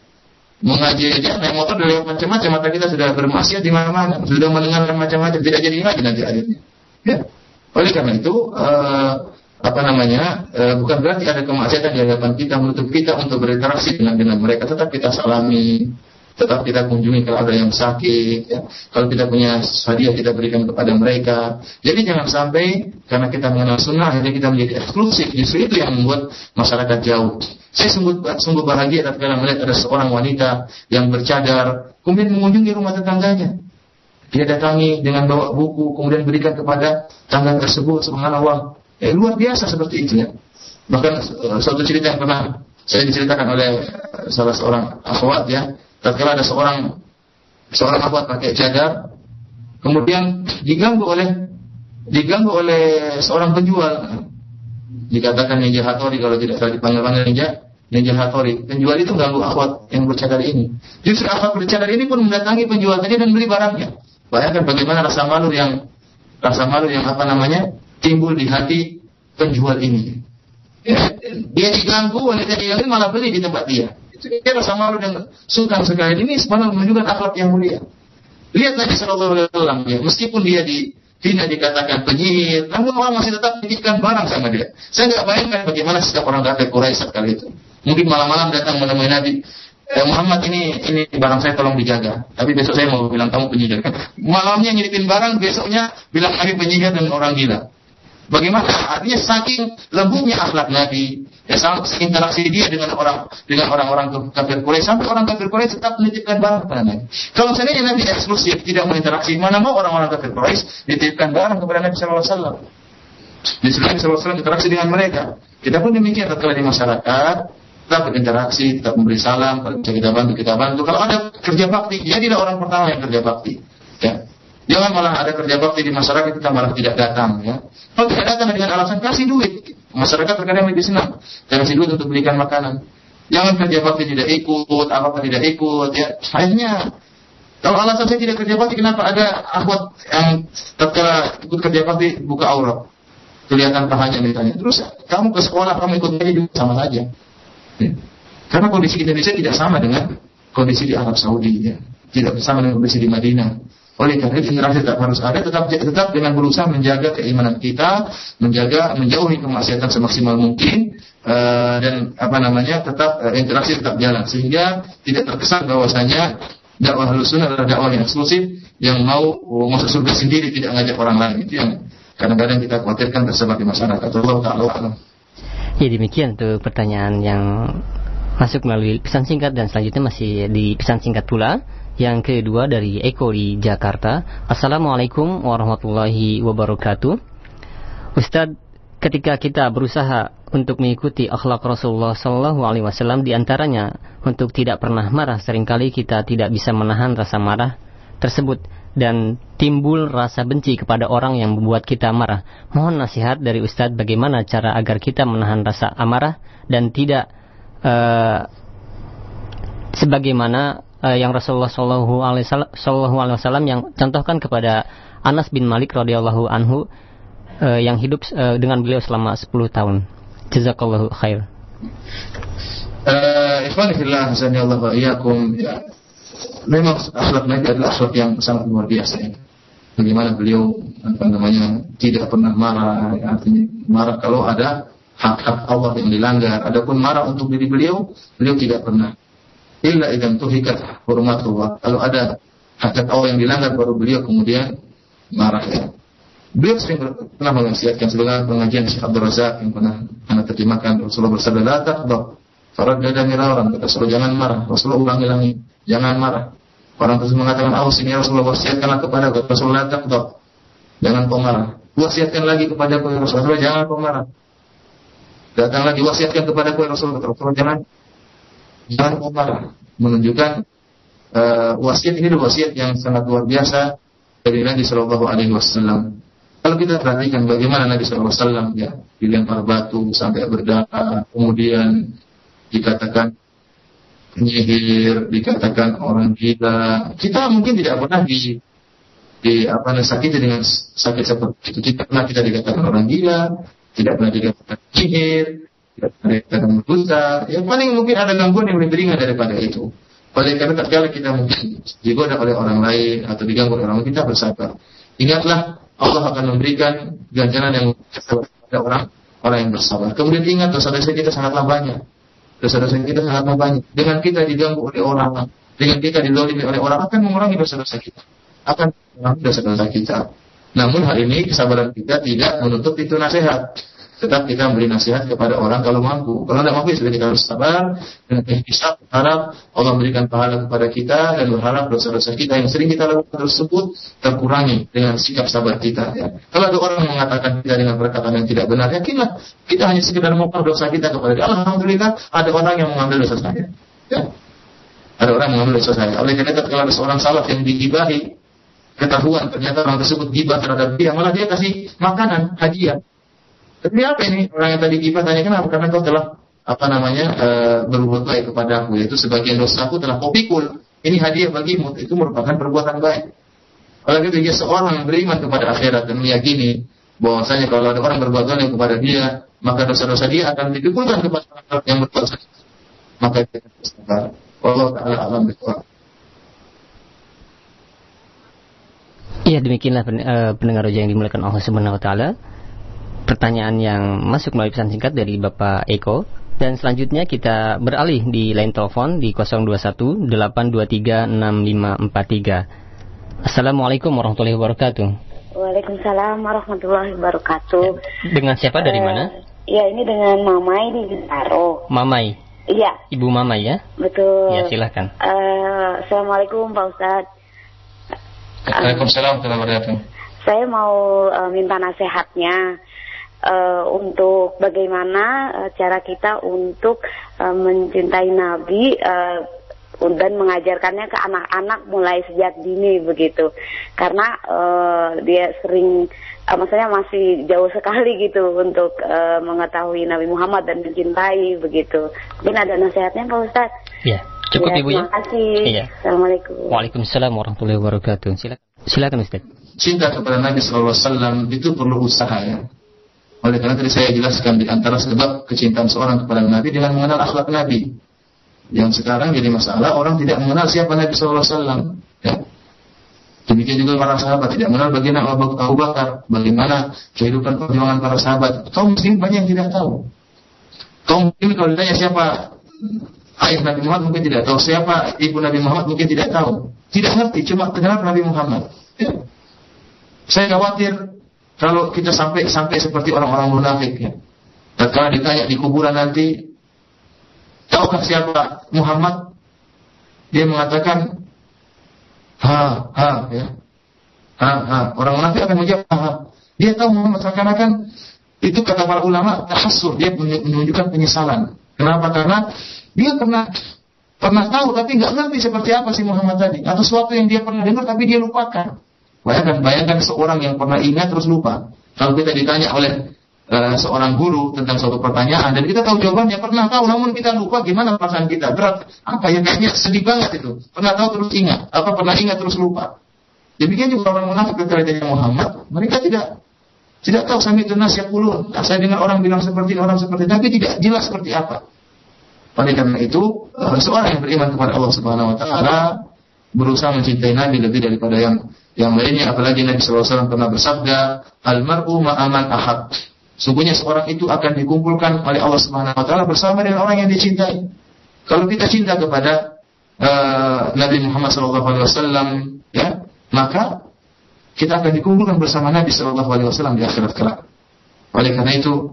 Mau ngaji aja naik motor dari macam-macam, mata kita sudah bermaksiat di mana-mana, sudah mendengarkan macam-macam, tidak jadi ngaji nanti akhirnya. Ya. Oleh karena itu. Uh, apa namanya, e, bukan berarti ada kemaksiatan di hadapan kita menutup kita untuk berinteraksi dengan dengan mereka, tetap kita salami, tetap kita kunjungi kalau ada yang sakit, ya. Kalau kita punya hadiah kita berikan kepada mereka. Jadi jangan sampai karena kita mengenal sunnah akhirnya kita menjadi eksklusif. Justru itu yang membuat masyarakat jauh. Saya sungguh, sungguh bahagia tatkala melihat ada seorang wanita yang bercadar kemudian mengunjungi rumah tetangganya. Dia datangi dengan bawa buku kemudian berikan kepada tetangga tersebut. Subhanallah. Eh, luar biasa seperti itu, ya. Bahkan uh, suatu cerita yang pernah saya diceritakan oleh uh, salah seorang akhwat, ya. Tatkala ada seorang seorang akhwat pakai cadar, kemudian diganggu oleh diganggu oleh seorang penjual. Dikatakan ninja hatori kalau tidak salah dipanggil-panggil ninja ninja hatori. Penjual itu ganggu akhwat yang bercadar ini. Justru akhwat bercadar ini pun mendatangi penjual tadi dan beli barangnya. Bayangkan bagaimana rasa malu yang rasa malu yang apa namanya? Timbul di hati penjual ini. Ya, dia diganggu, wanita dia malah beli di tempat dia. Itu dia rasa malu dan sultan sekali. Ini sebenarnya menunjukkan akhlak yang mulia. Lihat Nabi Shallallahu Alaihi Wasallam, ya, meskipun dia dihina dikatakan penyihir, namun orang masih tetap menitipkan barang sama dia. Saya nggak bayangkan bagaimana sikap orang kafir Quraisy kali itu. Mungkin malam-malam datang menemui Nabi. Eh, Muhammad ini ini barang saya tolong dijaga. Tapi besok saya mau bilang kamu penyihir. Malamnya nyelipin barang, besoknya bilang Nabi penyihir dan orang gila. Bagaimana? Artinya saking lembutnya akhlak Nabi, ya, saking interaksi dia dengan orang dengan orang-orang kafir Quraisy, sampai orang kafir Quraisy tetap menitipkan barang kepada Nabi. Kalau seandainya Nabi eksklusif tidak menginteraksi, mana mau orang-orang kafir Quraisy dititipkan barang kepada Nabi Shallallahu Alaihi Wasallam. Di sini Nabi Shallallahu Alaihi Wasallam interaksi dengan mereka. Kita pun demikian tatkala di masyarakat, tetap berinteraksi, tetap memberi salam, kalau bisa kita bantu kita bantu. Kalau ada kerja bakti, jadilah orang pertama yang kerja bakti. Ya. Jangan malah ada kerja bakti di masyarakat kita malah tidak datang, ya. Kalau tidak datang dengan alasan kasih duit, masyarakat terkadang lebih senang kasih duit untuk belikan makanan. Jangan kerja bakti tidak ikut, apa-apa tidak ikut, ya. Akhirnya kalau alasan saya tidak kerja bakti, kenapa ada akhwat yang tatkala ikut kerja bakti buka aurat, kelihatan pahanya misalnya. Terus kamu ke sekolah, kamu ikut ngaji juga sama saja. Ya. Karena kondisi Indonesia tidak sama dengan kondisi di Arab Saudi, ya. Tidak sama dengan kondisi di Madinah. Oleh karena itu interaksi tetap harus ada, tetap tetap dengan berusaha menjaga keimanan kita, menjaga menjauhi kemaksiatan semaksimal mungkin, uh, dan apa namanya tetap uh, interaksi tetap jalan sehingga tidak terkesan bahwasanya dakwah Ahlussunnah adalah dakwah yang eksklusif yang mau uh, masuk surga sendiri tidak ngajak orang lain. Itu yang kadang-kadang kita khawatirkan tersebar di masyarakat. Allah Taala. Ya, demikian tuh pertanyaan yang masuk melalui pesan singkat dan selanjutnya masih di pesan singkat pula. Yang kedua dari Eko di Jakarta. Assalamualaikum warahmatullahi wabarakatuh. Ustadz, ketika kita berusaha untuk mengikuti akhlak Rasulullah Shallallahu Alaihi Wasallam, di antaranya untuk tidak pernah marah. Seringkali kita tidak bisa menahan rasa marah tersebut dan timbul rasa benci kepada orang yang membuat kita marah. Mohon nasihat dari Ustadz bagaimana cara agar kita menahan rasa amarah dan tidak uh, sebagaimana uh, yang Rasulullah Shallallahu Alaihi Wasallam yang contohkan kepada Anas bin Malik radhiyallahu anhu uh, yang hidup uh, dengan beliau selama sepuluh tahun. Jazakallahu khair. Ikhwan fillah, hasanallahu wa iyyakum. Memang akhlak Nabi adalah akhlak yang sangat luar biasa. Ya. Bagaimana beliau apa namanya tidak pernah marah, ya, artinya marah kalau ada hak-hak Allah yang dilanggar. Adapun marah untuk diri beliau, beliau tidak pernah. Illa idzan tuhikat hurmatullah. Kalau ada hak-hak Allah yang dilanggar baru beliau kemudian marah. Ya. Beliau sering pernah menasihatkan sebagai pengajian Syekh Abdul Razak yang pernah anda terjemahkan. Rasulullah bersabda, "La taqdab." Faraddada miraran, kata Rasulullah, jangan marah. Rasulullah ulangi-ulangi, jangan marah. Orang tersebut mengatakan, "Ausini ya Rasulullah, wasiatkanlah kepada aku." Rasulullah, "La taqdab." Jangan kau marah. Wasiatkan lagi kepada aku ya Rasulullah, jangan kau marah. Datang lagi, wasiatkan kepada aku ya Rasulullah, Rasulullah jangan jangan kau marah. Menunjukkan uh, wasiat ini adalah wasiat yang sangat luar biasa dari Nabi Sallallahu Alaihi Wasallam. Kalau kita perhatikan bagaimana Nabi Sallallahu Alaihi Wasallam ya dilempar batu sampai berdarah, kemudian dikatakan penyihir, dikatakan orang gila. Kita mungkin tidak pernah di, di apa namanya sakit dengan sakit seperti itu. Tidak pernah kita dikatakan orang gila, tidak pernah dikatakan penyihir, tidak pernah dikatakan berdosa. Yang paling mungkin ada gangguan yang lebih ringan daripada itu. Oleh karena tatkala kita mungkin digoda oleh orang lain atau diganggu oleh orang lain, kita bersabar. Ingatlah Allah akan memberikan ganjaran yang kepada orang orang yang bersabar. Kemudian ingat dosa-dosa kita sangatlah banyak. Dosa-dosa kita sangat banyak. Dengan kita diganggu oleh orang, dengan kita dizalimi oleh orang, akan mengurangi dosa-dosa kita. Akan mengurangi dosa-dosa kita. Namun hal ini kesabaran kita tidak menutup itu nasihat. Tetap kita memberi nasihat kepada orang kalau mampu. Kalau tidak mampu, sudah kita harus sabar. Dan kita berharap Allah memberikan pahala kepada kita dan berharap dosa-dosa kita yang sering kita lakukan tersebut terkurangi dengan sikap sabar kita. Ya. Kalau ada orang mengatakan kita dengan perkataan yang tidak benar, yakinlah kita hanya sekedar mengukur dosa kita kepada dia. Alhamdulillah ada orang yang mengambil dosa saya. Ya. Ada orang yang mengambil dosa saya. Oleh karena itu kalau ada seorang salaf yang digibahi, ketahuan ternyata orang tersebut gibah terhadap dia, malah dia kasih makanan, hadiah. Tapi apa ini? Orang yang tadi gibah tanya kenapa? Karena kau telah apa namanya e, berbuat baik kepada aku, yaitu sebagian dosaku telah kau pikul. Ini hadiah bagimu. Itu merupakan perbuatan baik. Oleh itu dia seorang yang beriman kepada akhirat dan meyakini bahwasanya kalau ada orang berbuat zalim kepada dia, maka dosa-dosa dia akan dipikulkan kepada orang yang berbuat zalim. Maka dia akan bersabar. Wallahu ta'ala a'lam bishawab. Iya, demikianlah pendengar roja yang dimuliakan Allah Subhanahu wa taala. Pertanyaan yang masuk melalui pesan singkat dari Bapak Eko. Dan selanjutnya kita beralih di line telepon di nol dua satu delapan dua tiga enam lima empat tiga. Assalamualaikum warahmatullahi wabarakatuh. Waalaikumsalam warahmatullahi wabarakatuh. Dengan siapa, dari uh, mana? Ya, ini dengan Mamai di Bintaro. Mamai? Iya. Ibu Mamai ya? Betul. Ya, silakan. Uh, Assalamualaikum Pak Ustadz. Waalaikumsalam warahmatullahi wabarakatuh. Saya mau uh, minta nasihatnya. Uh, untuk bagaimana uh, cara kita untuk uh, mencintai Nabi uh, dan mengajarkannya ke anak-anak mulai sejak dini begitu, karena uh, dia sering uh, maksudnya masih jauh sekali gitu untuk uh, mengetahui Nabi Muhammad dan mencintai begitu. Mungkin ada nasihatnya Pak Ustadz? Ya, cukup ya, Ibu ya. Terima kasih. Iya. Assalamualaikum. Waalaikumsalam warahmatullahi wabarakatuh. Silakan, silakan Ustadz. Cinta kepada Nabi Sallallahu Alaihi Wasallam itu perlu usaha ya. Oleh karena tadi saya jelaskan di antara sebab kecintaan seorang kepada Nabi dengan mengenal akhlak Nabi. Yang sekarang jadi masalah, orang tidak mengenal siapa Nabi Sallallahu Alaihi Wasallam. Ya. Demikian juga para sahabat tidak mengenal bagaimana Abu Bakar, bagaimana kehidupan perjuangan para sahabat. Kaum muslim banyak yang tidak tahu. Kaum muslim kalau ditanya siapa ayah Nabi Muhammad mungkin tidak tahu, siapa ibu Nabi Muhammad mungkin tidak tahu. Tidak ngerti, cuma kenal Nabi Muhammad. Ya. Saya khawatir kalau kita sampai sampai seperti orang-orang munafik ya. Tatkala ditanya di kuburan nanti, tahukah siapa Muhammad? Dia mengatakan ha ha ya. Ha ha. Orang munafik akan menjawab ha ha. Dia tahu Muhammad seakan-akan Itu kata para ulama tahassur, dia menunjukkan penyesalan. Kenapa? Karena dia pernah pernah tahu tapi nggak ngerti seperti apa si Muhammad tadi, atau sesuatu yang dia pernah dengar tapi dia lupakan. Bayangkan, bayangkan seorang yang pernah ingat terus lupa. Kalau kita ditanya oleh uh, seorang guru tentang suatu pertanyaan dan kita tahu jawabannya, pernah tahu namun kita lupa, gimana perasaan kita? Berat apa ya, kayaknya sedih banget itu. Pernah tahu terus ingat, apa pernah ingat terus lupa. Demikian juga orang munafik ketika ditanya Muhammad, mereka tidak tidak tahu sami itu nasyaqulun. Saya dengar orang bilang seperti orang seperti, tapi tidak jelas seperti apa. Oleh karena itu, uh, seorang yang beriman kepada Allah Subhanahu wa taala berusaha mencintai Nabi lebih daripada yang yang lainnya, apalagi Nabi sallallahu alaihi wasallam pernah bersabda, al-mar'u ma'aman ahad. Sungguhnya seorang itu akan dikumpulkan oleh Allah Subhanahu wa taala bersama dengan orang yang dicintai. Kalau kita cinta kepada uh, Nabi Muhammad sallallahu alaihi wasallam, ya, maka kita akan dikumpulkan bersama Nabi sallallahu alaihi wasallam di akhirat kelak. Oleh karena itu,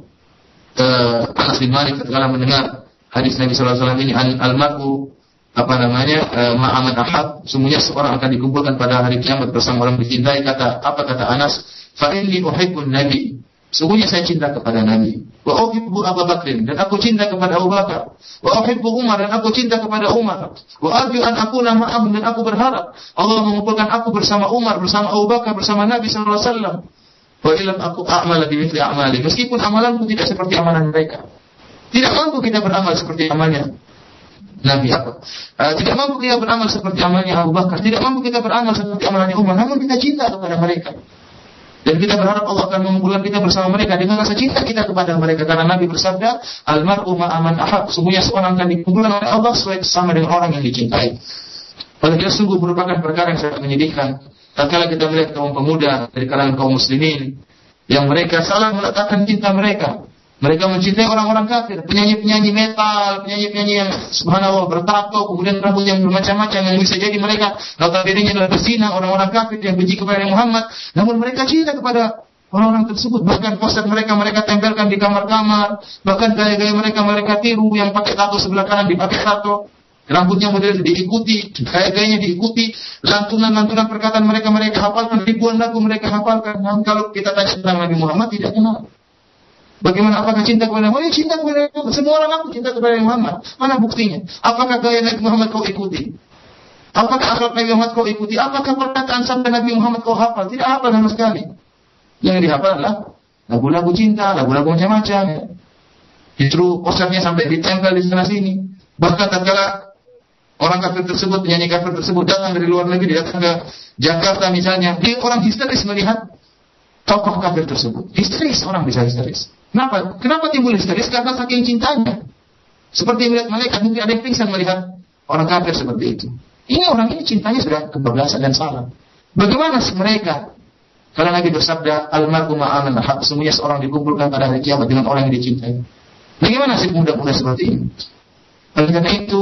uh, Anas bin Malik ketika mendengar hadis Nabi sallallahu alaihi wasallam ini, al-mar'u apa namanya e, ma'aman ahad, sungguhnya seorang akan dikumpulkan pada hari kiamat bersama orang dicintai. Kata apa kata Anas, fa inni uhibbun nabi, sungguhnya saya cinta kepada Nabi, wa uhibbu Abu Bakrin, dan aku cinta kepada Abu Bakar, wa uhibbu Umar, dan aku cinta kepada Umar, wa arju an akuna ma'ahum, dan aku berharap Allah mengumpulkan aku bersama Umar, bersama Abu Bakar, bersama Nabi sallallahu alaihi wasallam. Wa illam aku a'mal bi mithli a'mali, meskipun amalanku tidak seperti amalan mereka. Tidak mampu kita beramal seperti amalnya Nabi apa? Uh, tidak mampu kita beramal seperti amalnya Abu Bakar, tidak mampu kita beramal seperti amalnya Umar, namun kita cinta kepada mereka. Dan kita berharap Allah akan mengumpulkan kita bersama mereka dengan rasa cinta kita kepada mereka. Karena Nabi bersabda, al-mar'u ma'aman ahab, sungguhnya seorang akan dikumpulkan oleh Allah sesuai sama dengan orang yang dicintai. Oleh karena sungguh merupakan perkara yang sangat menyedihkan tatkala kita melihat kaum pemuda dari kalangan kaum muslimin yang mereka salah meletakkan cinta mereka. Mereka mencintai orang-orang kafir, penyanyi-penyanyi metal, penyanyi-penyanyi yang subhanallah bertato, kemudian rambut yang bermacam-macam, yang bisa jadi mereka notabene adalah berzina, orang-orang kafir yang benci kepada Muhammad, namun mereka cinta kepada orang-orang tersebut. Bahkan poster mereka mereka tempelkan di kamar-kamar, bahkan gaya-gaya mereka mereka tiru, yang pakai tato sebelah kanan dipakai tato, rambutnya model diikuti, gaya-gayanya diikuti, lantunan-lantunan perkataan mereka mereka hafalkan, ribuan lagu mereka hafalkan. Namun kalau kita tanya tentang Nabi Muhammad, tidak kenal. Bagaimana, apakah cinta kepada Muhammad? Oh, cinta kepada Muhammad. Semua orang aku cinta kepada Muhammad. Mana buktinya? Apakah gaya Nabi Muhammad kau ikuti? Apakah akhlak Nabi Muhammad kau ikuti? Apakah perkataan sabda Nabi Muhammad kau hafal? Tidak hafal sama sekali. Yang dihafal adalah lagu-lagu cinta, lagu-lagu macam-macam. Ya. Justru posternya sampai ditempel di sana sini. Bahkan tatkala orang kafir tersebut, penyanyi kafir tersebut datang dari luar negeri, datang ke Jakarta misalnya, dia orang histeris melihat tokoh kafir tersebut. Histeris, orang bisa histeris. Kenapa? Kenapa timbul histeris? Karena saking cintanya. Seperti melihat malaikat, mungkin ada yang pingsan melihat orang kafir seperti itu. Ini orang ini cintanya sudah kebablasan dan salah. Bagaimana mereka? Karena Nabi bersabda, al-mar'u ma'aman ahab, semuanya seorang dikumpulkan pada hari kiamat dengan orang yang dicintai. Bagaimana sih muda-muda seperti ini? Oleh karena itu,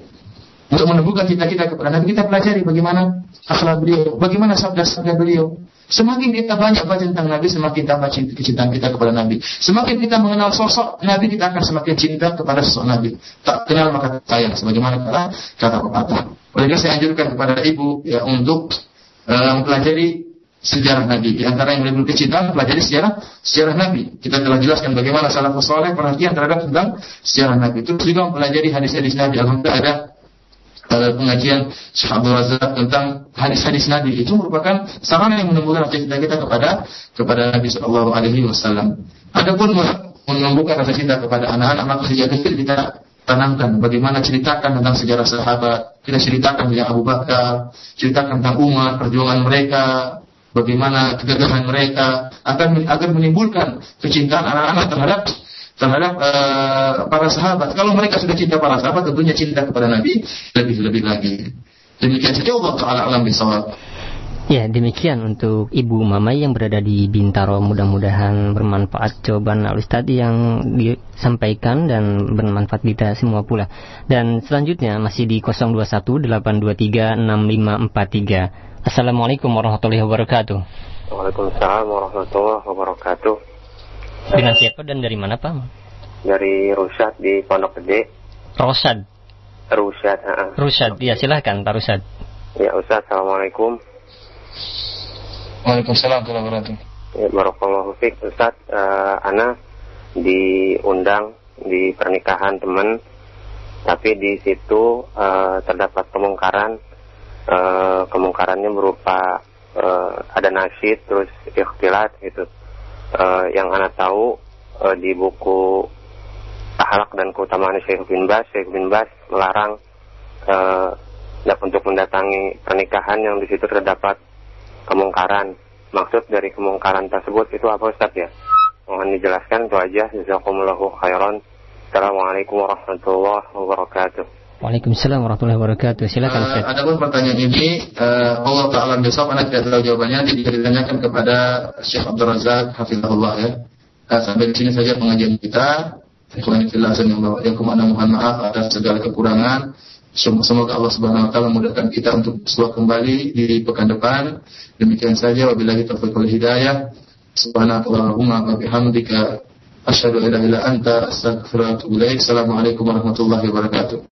untuk menumbuhkan cinta kita kepada Nabi, kita pelajari bagaimana akhlak beliau, bagaimana sabda-sabda beliau. Semakin kita banyak baca tentang Nabi, semakin tambah cinta, kecintaan kita kepada Nabi. Semakin kita mengenal sosok Nabi, kita akan semakin cinta kepada sosok Nabi. Tak kenal maka sayang, sebagaimana kata kata pepatah. Oleh karena saya anjurkan kepada ibu ya untuk uh, mempelajari sejarah Nabi. Di antara yang lebih kecintaan, pelajari sejarah sejarah Nabi. Kita telah jelaskan bagaimana salafus saleh perhatian terhadap tentang sejarah Nabi. Terus juga mempelajari hadis-hadis Nabi. Alhamdulillah ada pengajian Syekh Abdul Razak tentang hadis-hadis Nabi. Itu merupakan sarana yang menumbuhkan rasa cinta kita kepada kepada Nabi Sallallahu Alaihi Wasallam. Adapun menumbuhkan rasa cinta kepada anak-anak, maka sejak kecil kita tanamkan bagaimana ceritakan tentang sejarah sahabat. Kita ceritakan tentang Abu Bakar, ceritakan tentang Umar, perjuangan mereka, bagaimana kegagahan mereka, akan agar menimbulkan kecintaan anak-anak terhadap terhadap uh, para sahabat. Kalau mereka sudah cinta para sahabat, tentunya cinta kepada Nabi lebih-lebih lagi. Demikian saja, Allah Ta'ala alam bisawab. Ya, demikian untuk Ibu Mamai yang berada di Bintaro. Mudah-mudahan bermanfaat jawaban Al-Ustaz yang disampaikan dan bermanfaat kita semua pula. Dan selanjutnya masih di nol dua satu delapan dua tiga enam lima empat tiga. Assalamualaikum warahmatullahi wabarakatuh. Waalaikumsalam warahmatullahi wabarakatuh. Dengan siapa dan dari mana, Pak? Dari Rusyad di Pondok Gede. Rusyad. Rusyad, heeh. Rusyad, ya silahkan Pak Rusyad. Ya Ustaz, assalamualaikum. Waalaikumsalam warahmatullahi wabarakatuh. Ya, barakallahu fiik Ustaz. Uh, ana diundang di pernikahan teman, tapi di situ uh, terdapat kemungkaran. Uh, kemungkarannya berupa uh, ada nasyid terus ikhtilat gitu. Uh, yang ana tahu uh, di buku Akhlak dan Keutamaan Syekh bin Baz, Syekh bin Baz melarang uh, untuk mendatangi pernikahan yang di situ terdapat kemungkaran. Maksud dari kemungkaran tersebut itu apa Ustaz ya? Mohon dijelaskan, itu aja. Jazakumullahu khairan. Assalamualaikum warahmatullahi wabarakatuh. Waalaikumsalam warahmatullahi wabarakatuh. Silakan Ustaz. Uh, adapun pertanyaan ini uh, Allah Ta'ala besok anak tidak tahu jawabannya, jika ditanyakan kepada Syekh Abdul Razak hafizahullah ya. Uh, sampai di sini saja pengajian kita. Ikhwani fillah yang kemana mohon maaf atas segala kekurangan. Semoga Allah Subhanahu wa taala memudahkan kita untuk bersuah kembali di pekan depan. Demikian saja, wabillahi taufiq wal hidayah. Subhanakallahumma wa bihamdika asyhadu an la ilaha illa anta astaghfiruka wa atubu ilaik. Assalamualaikum warahmatullahi wabarakatuh.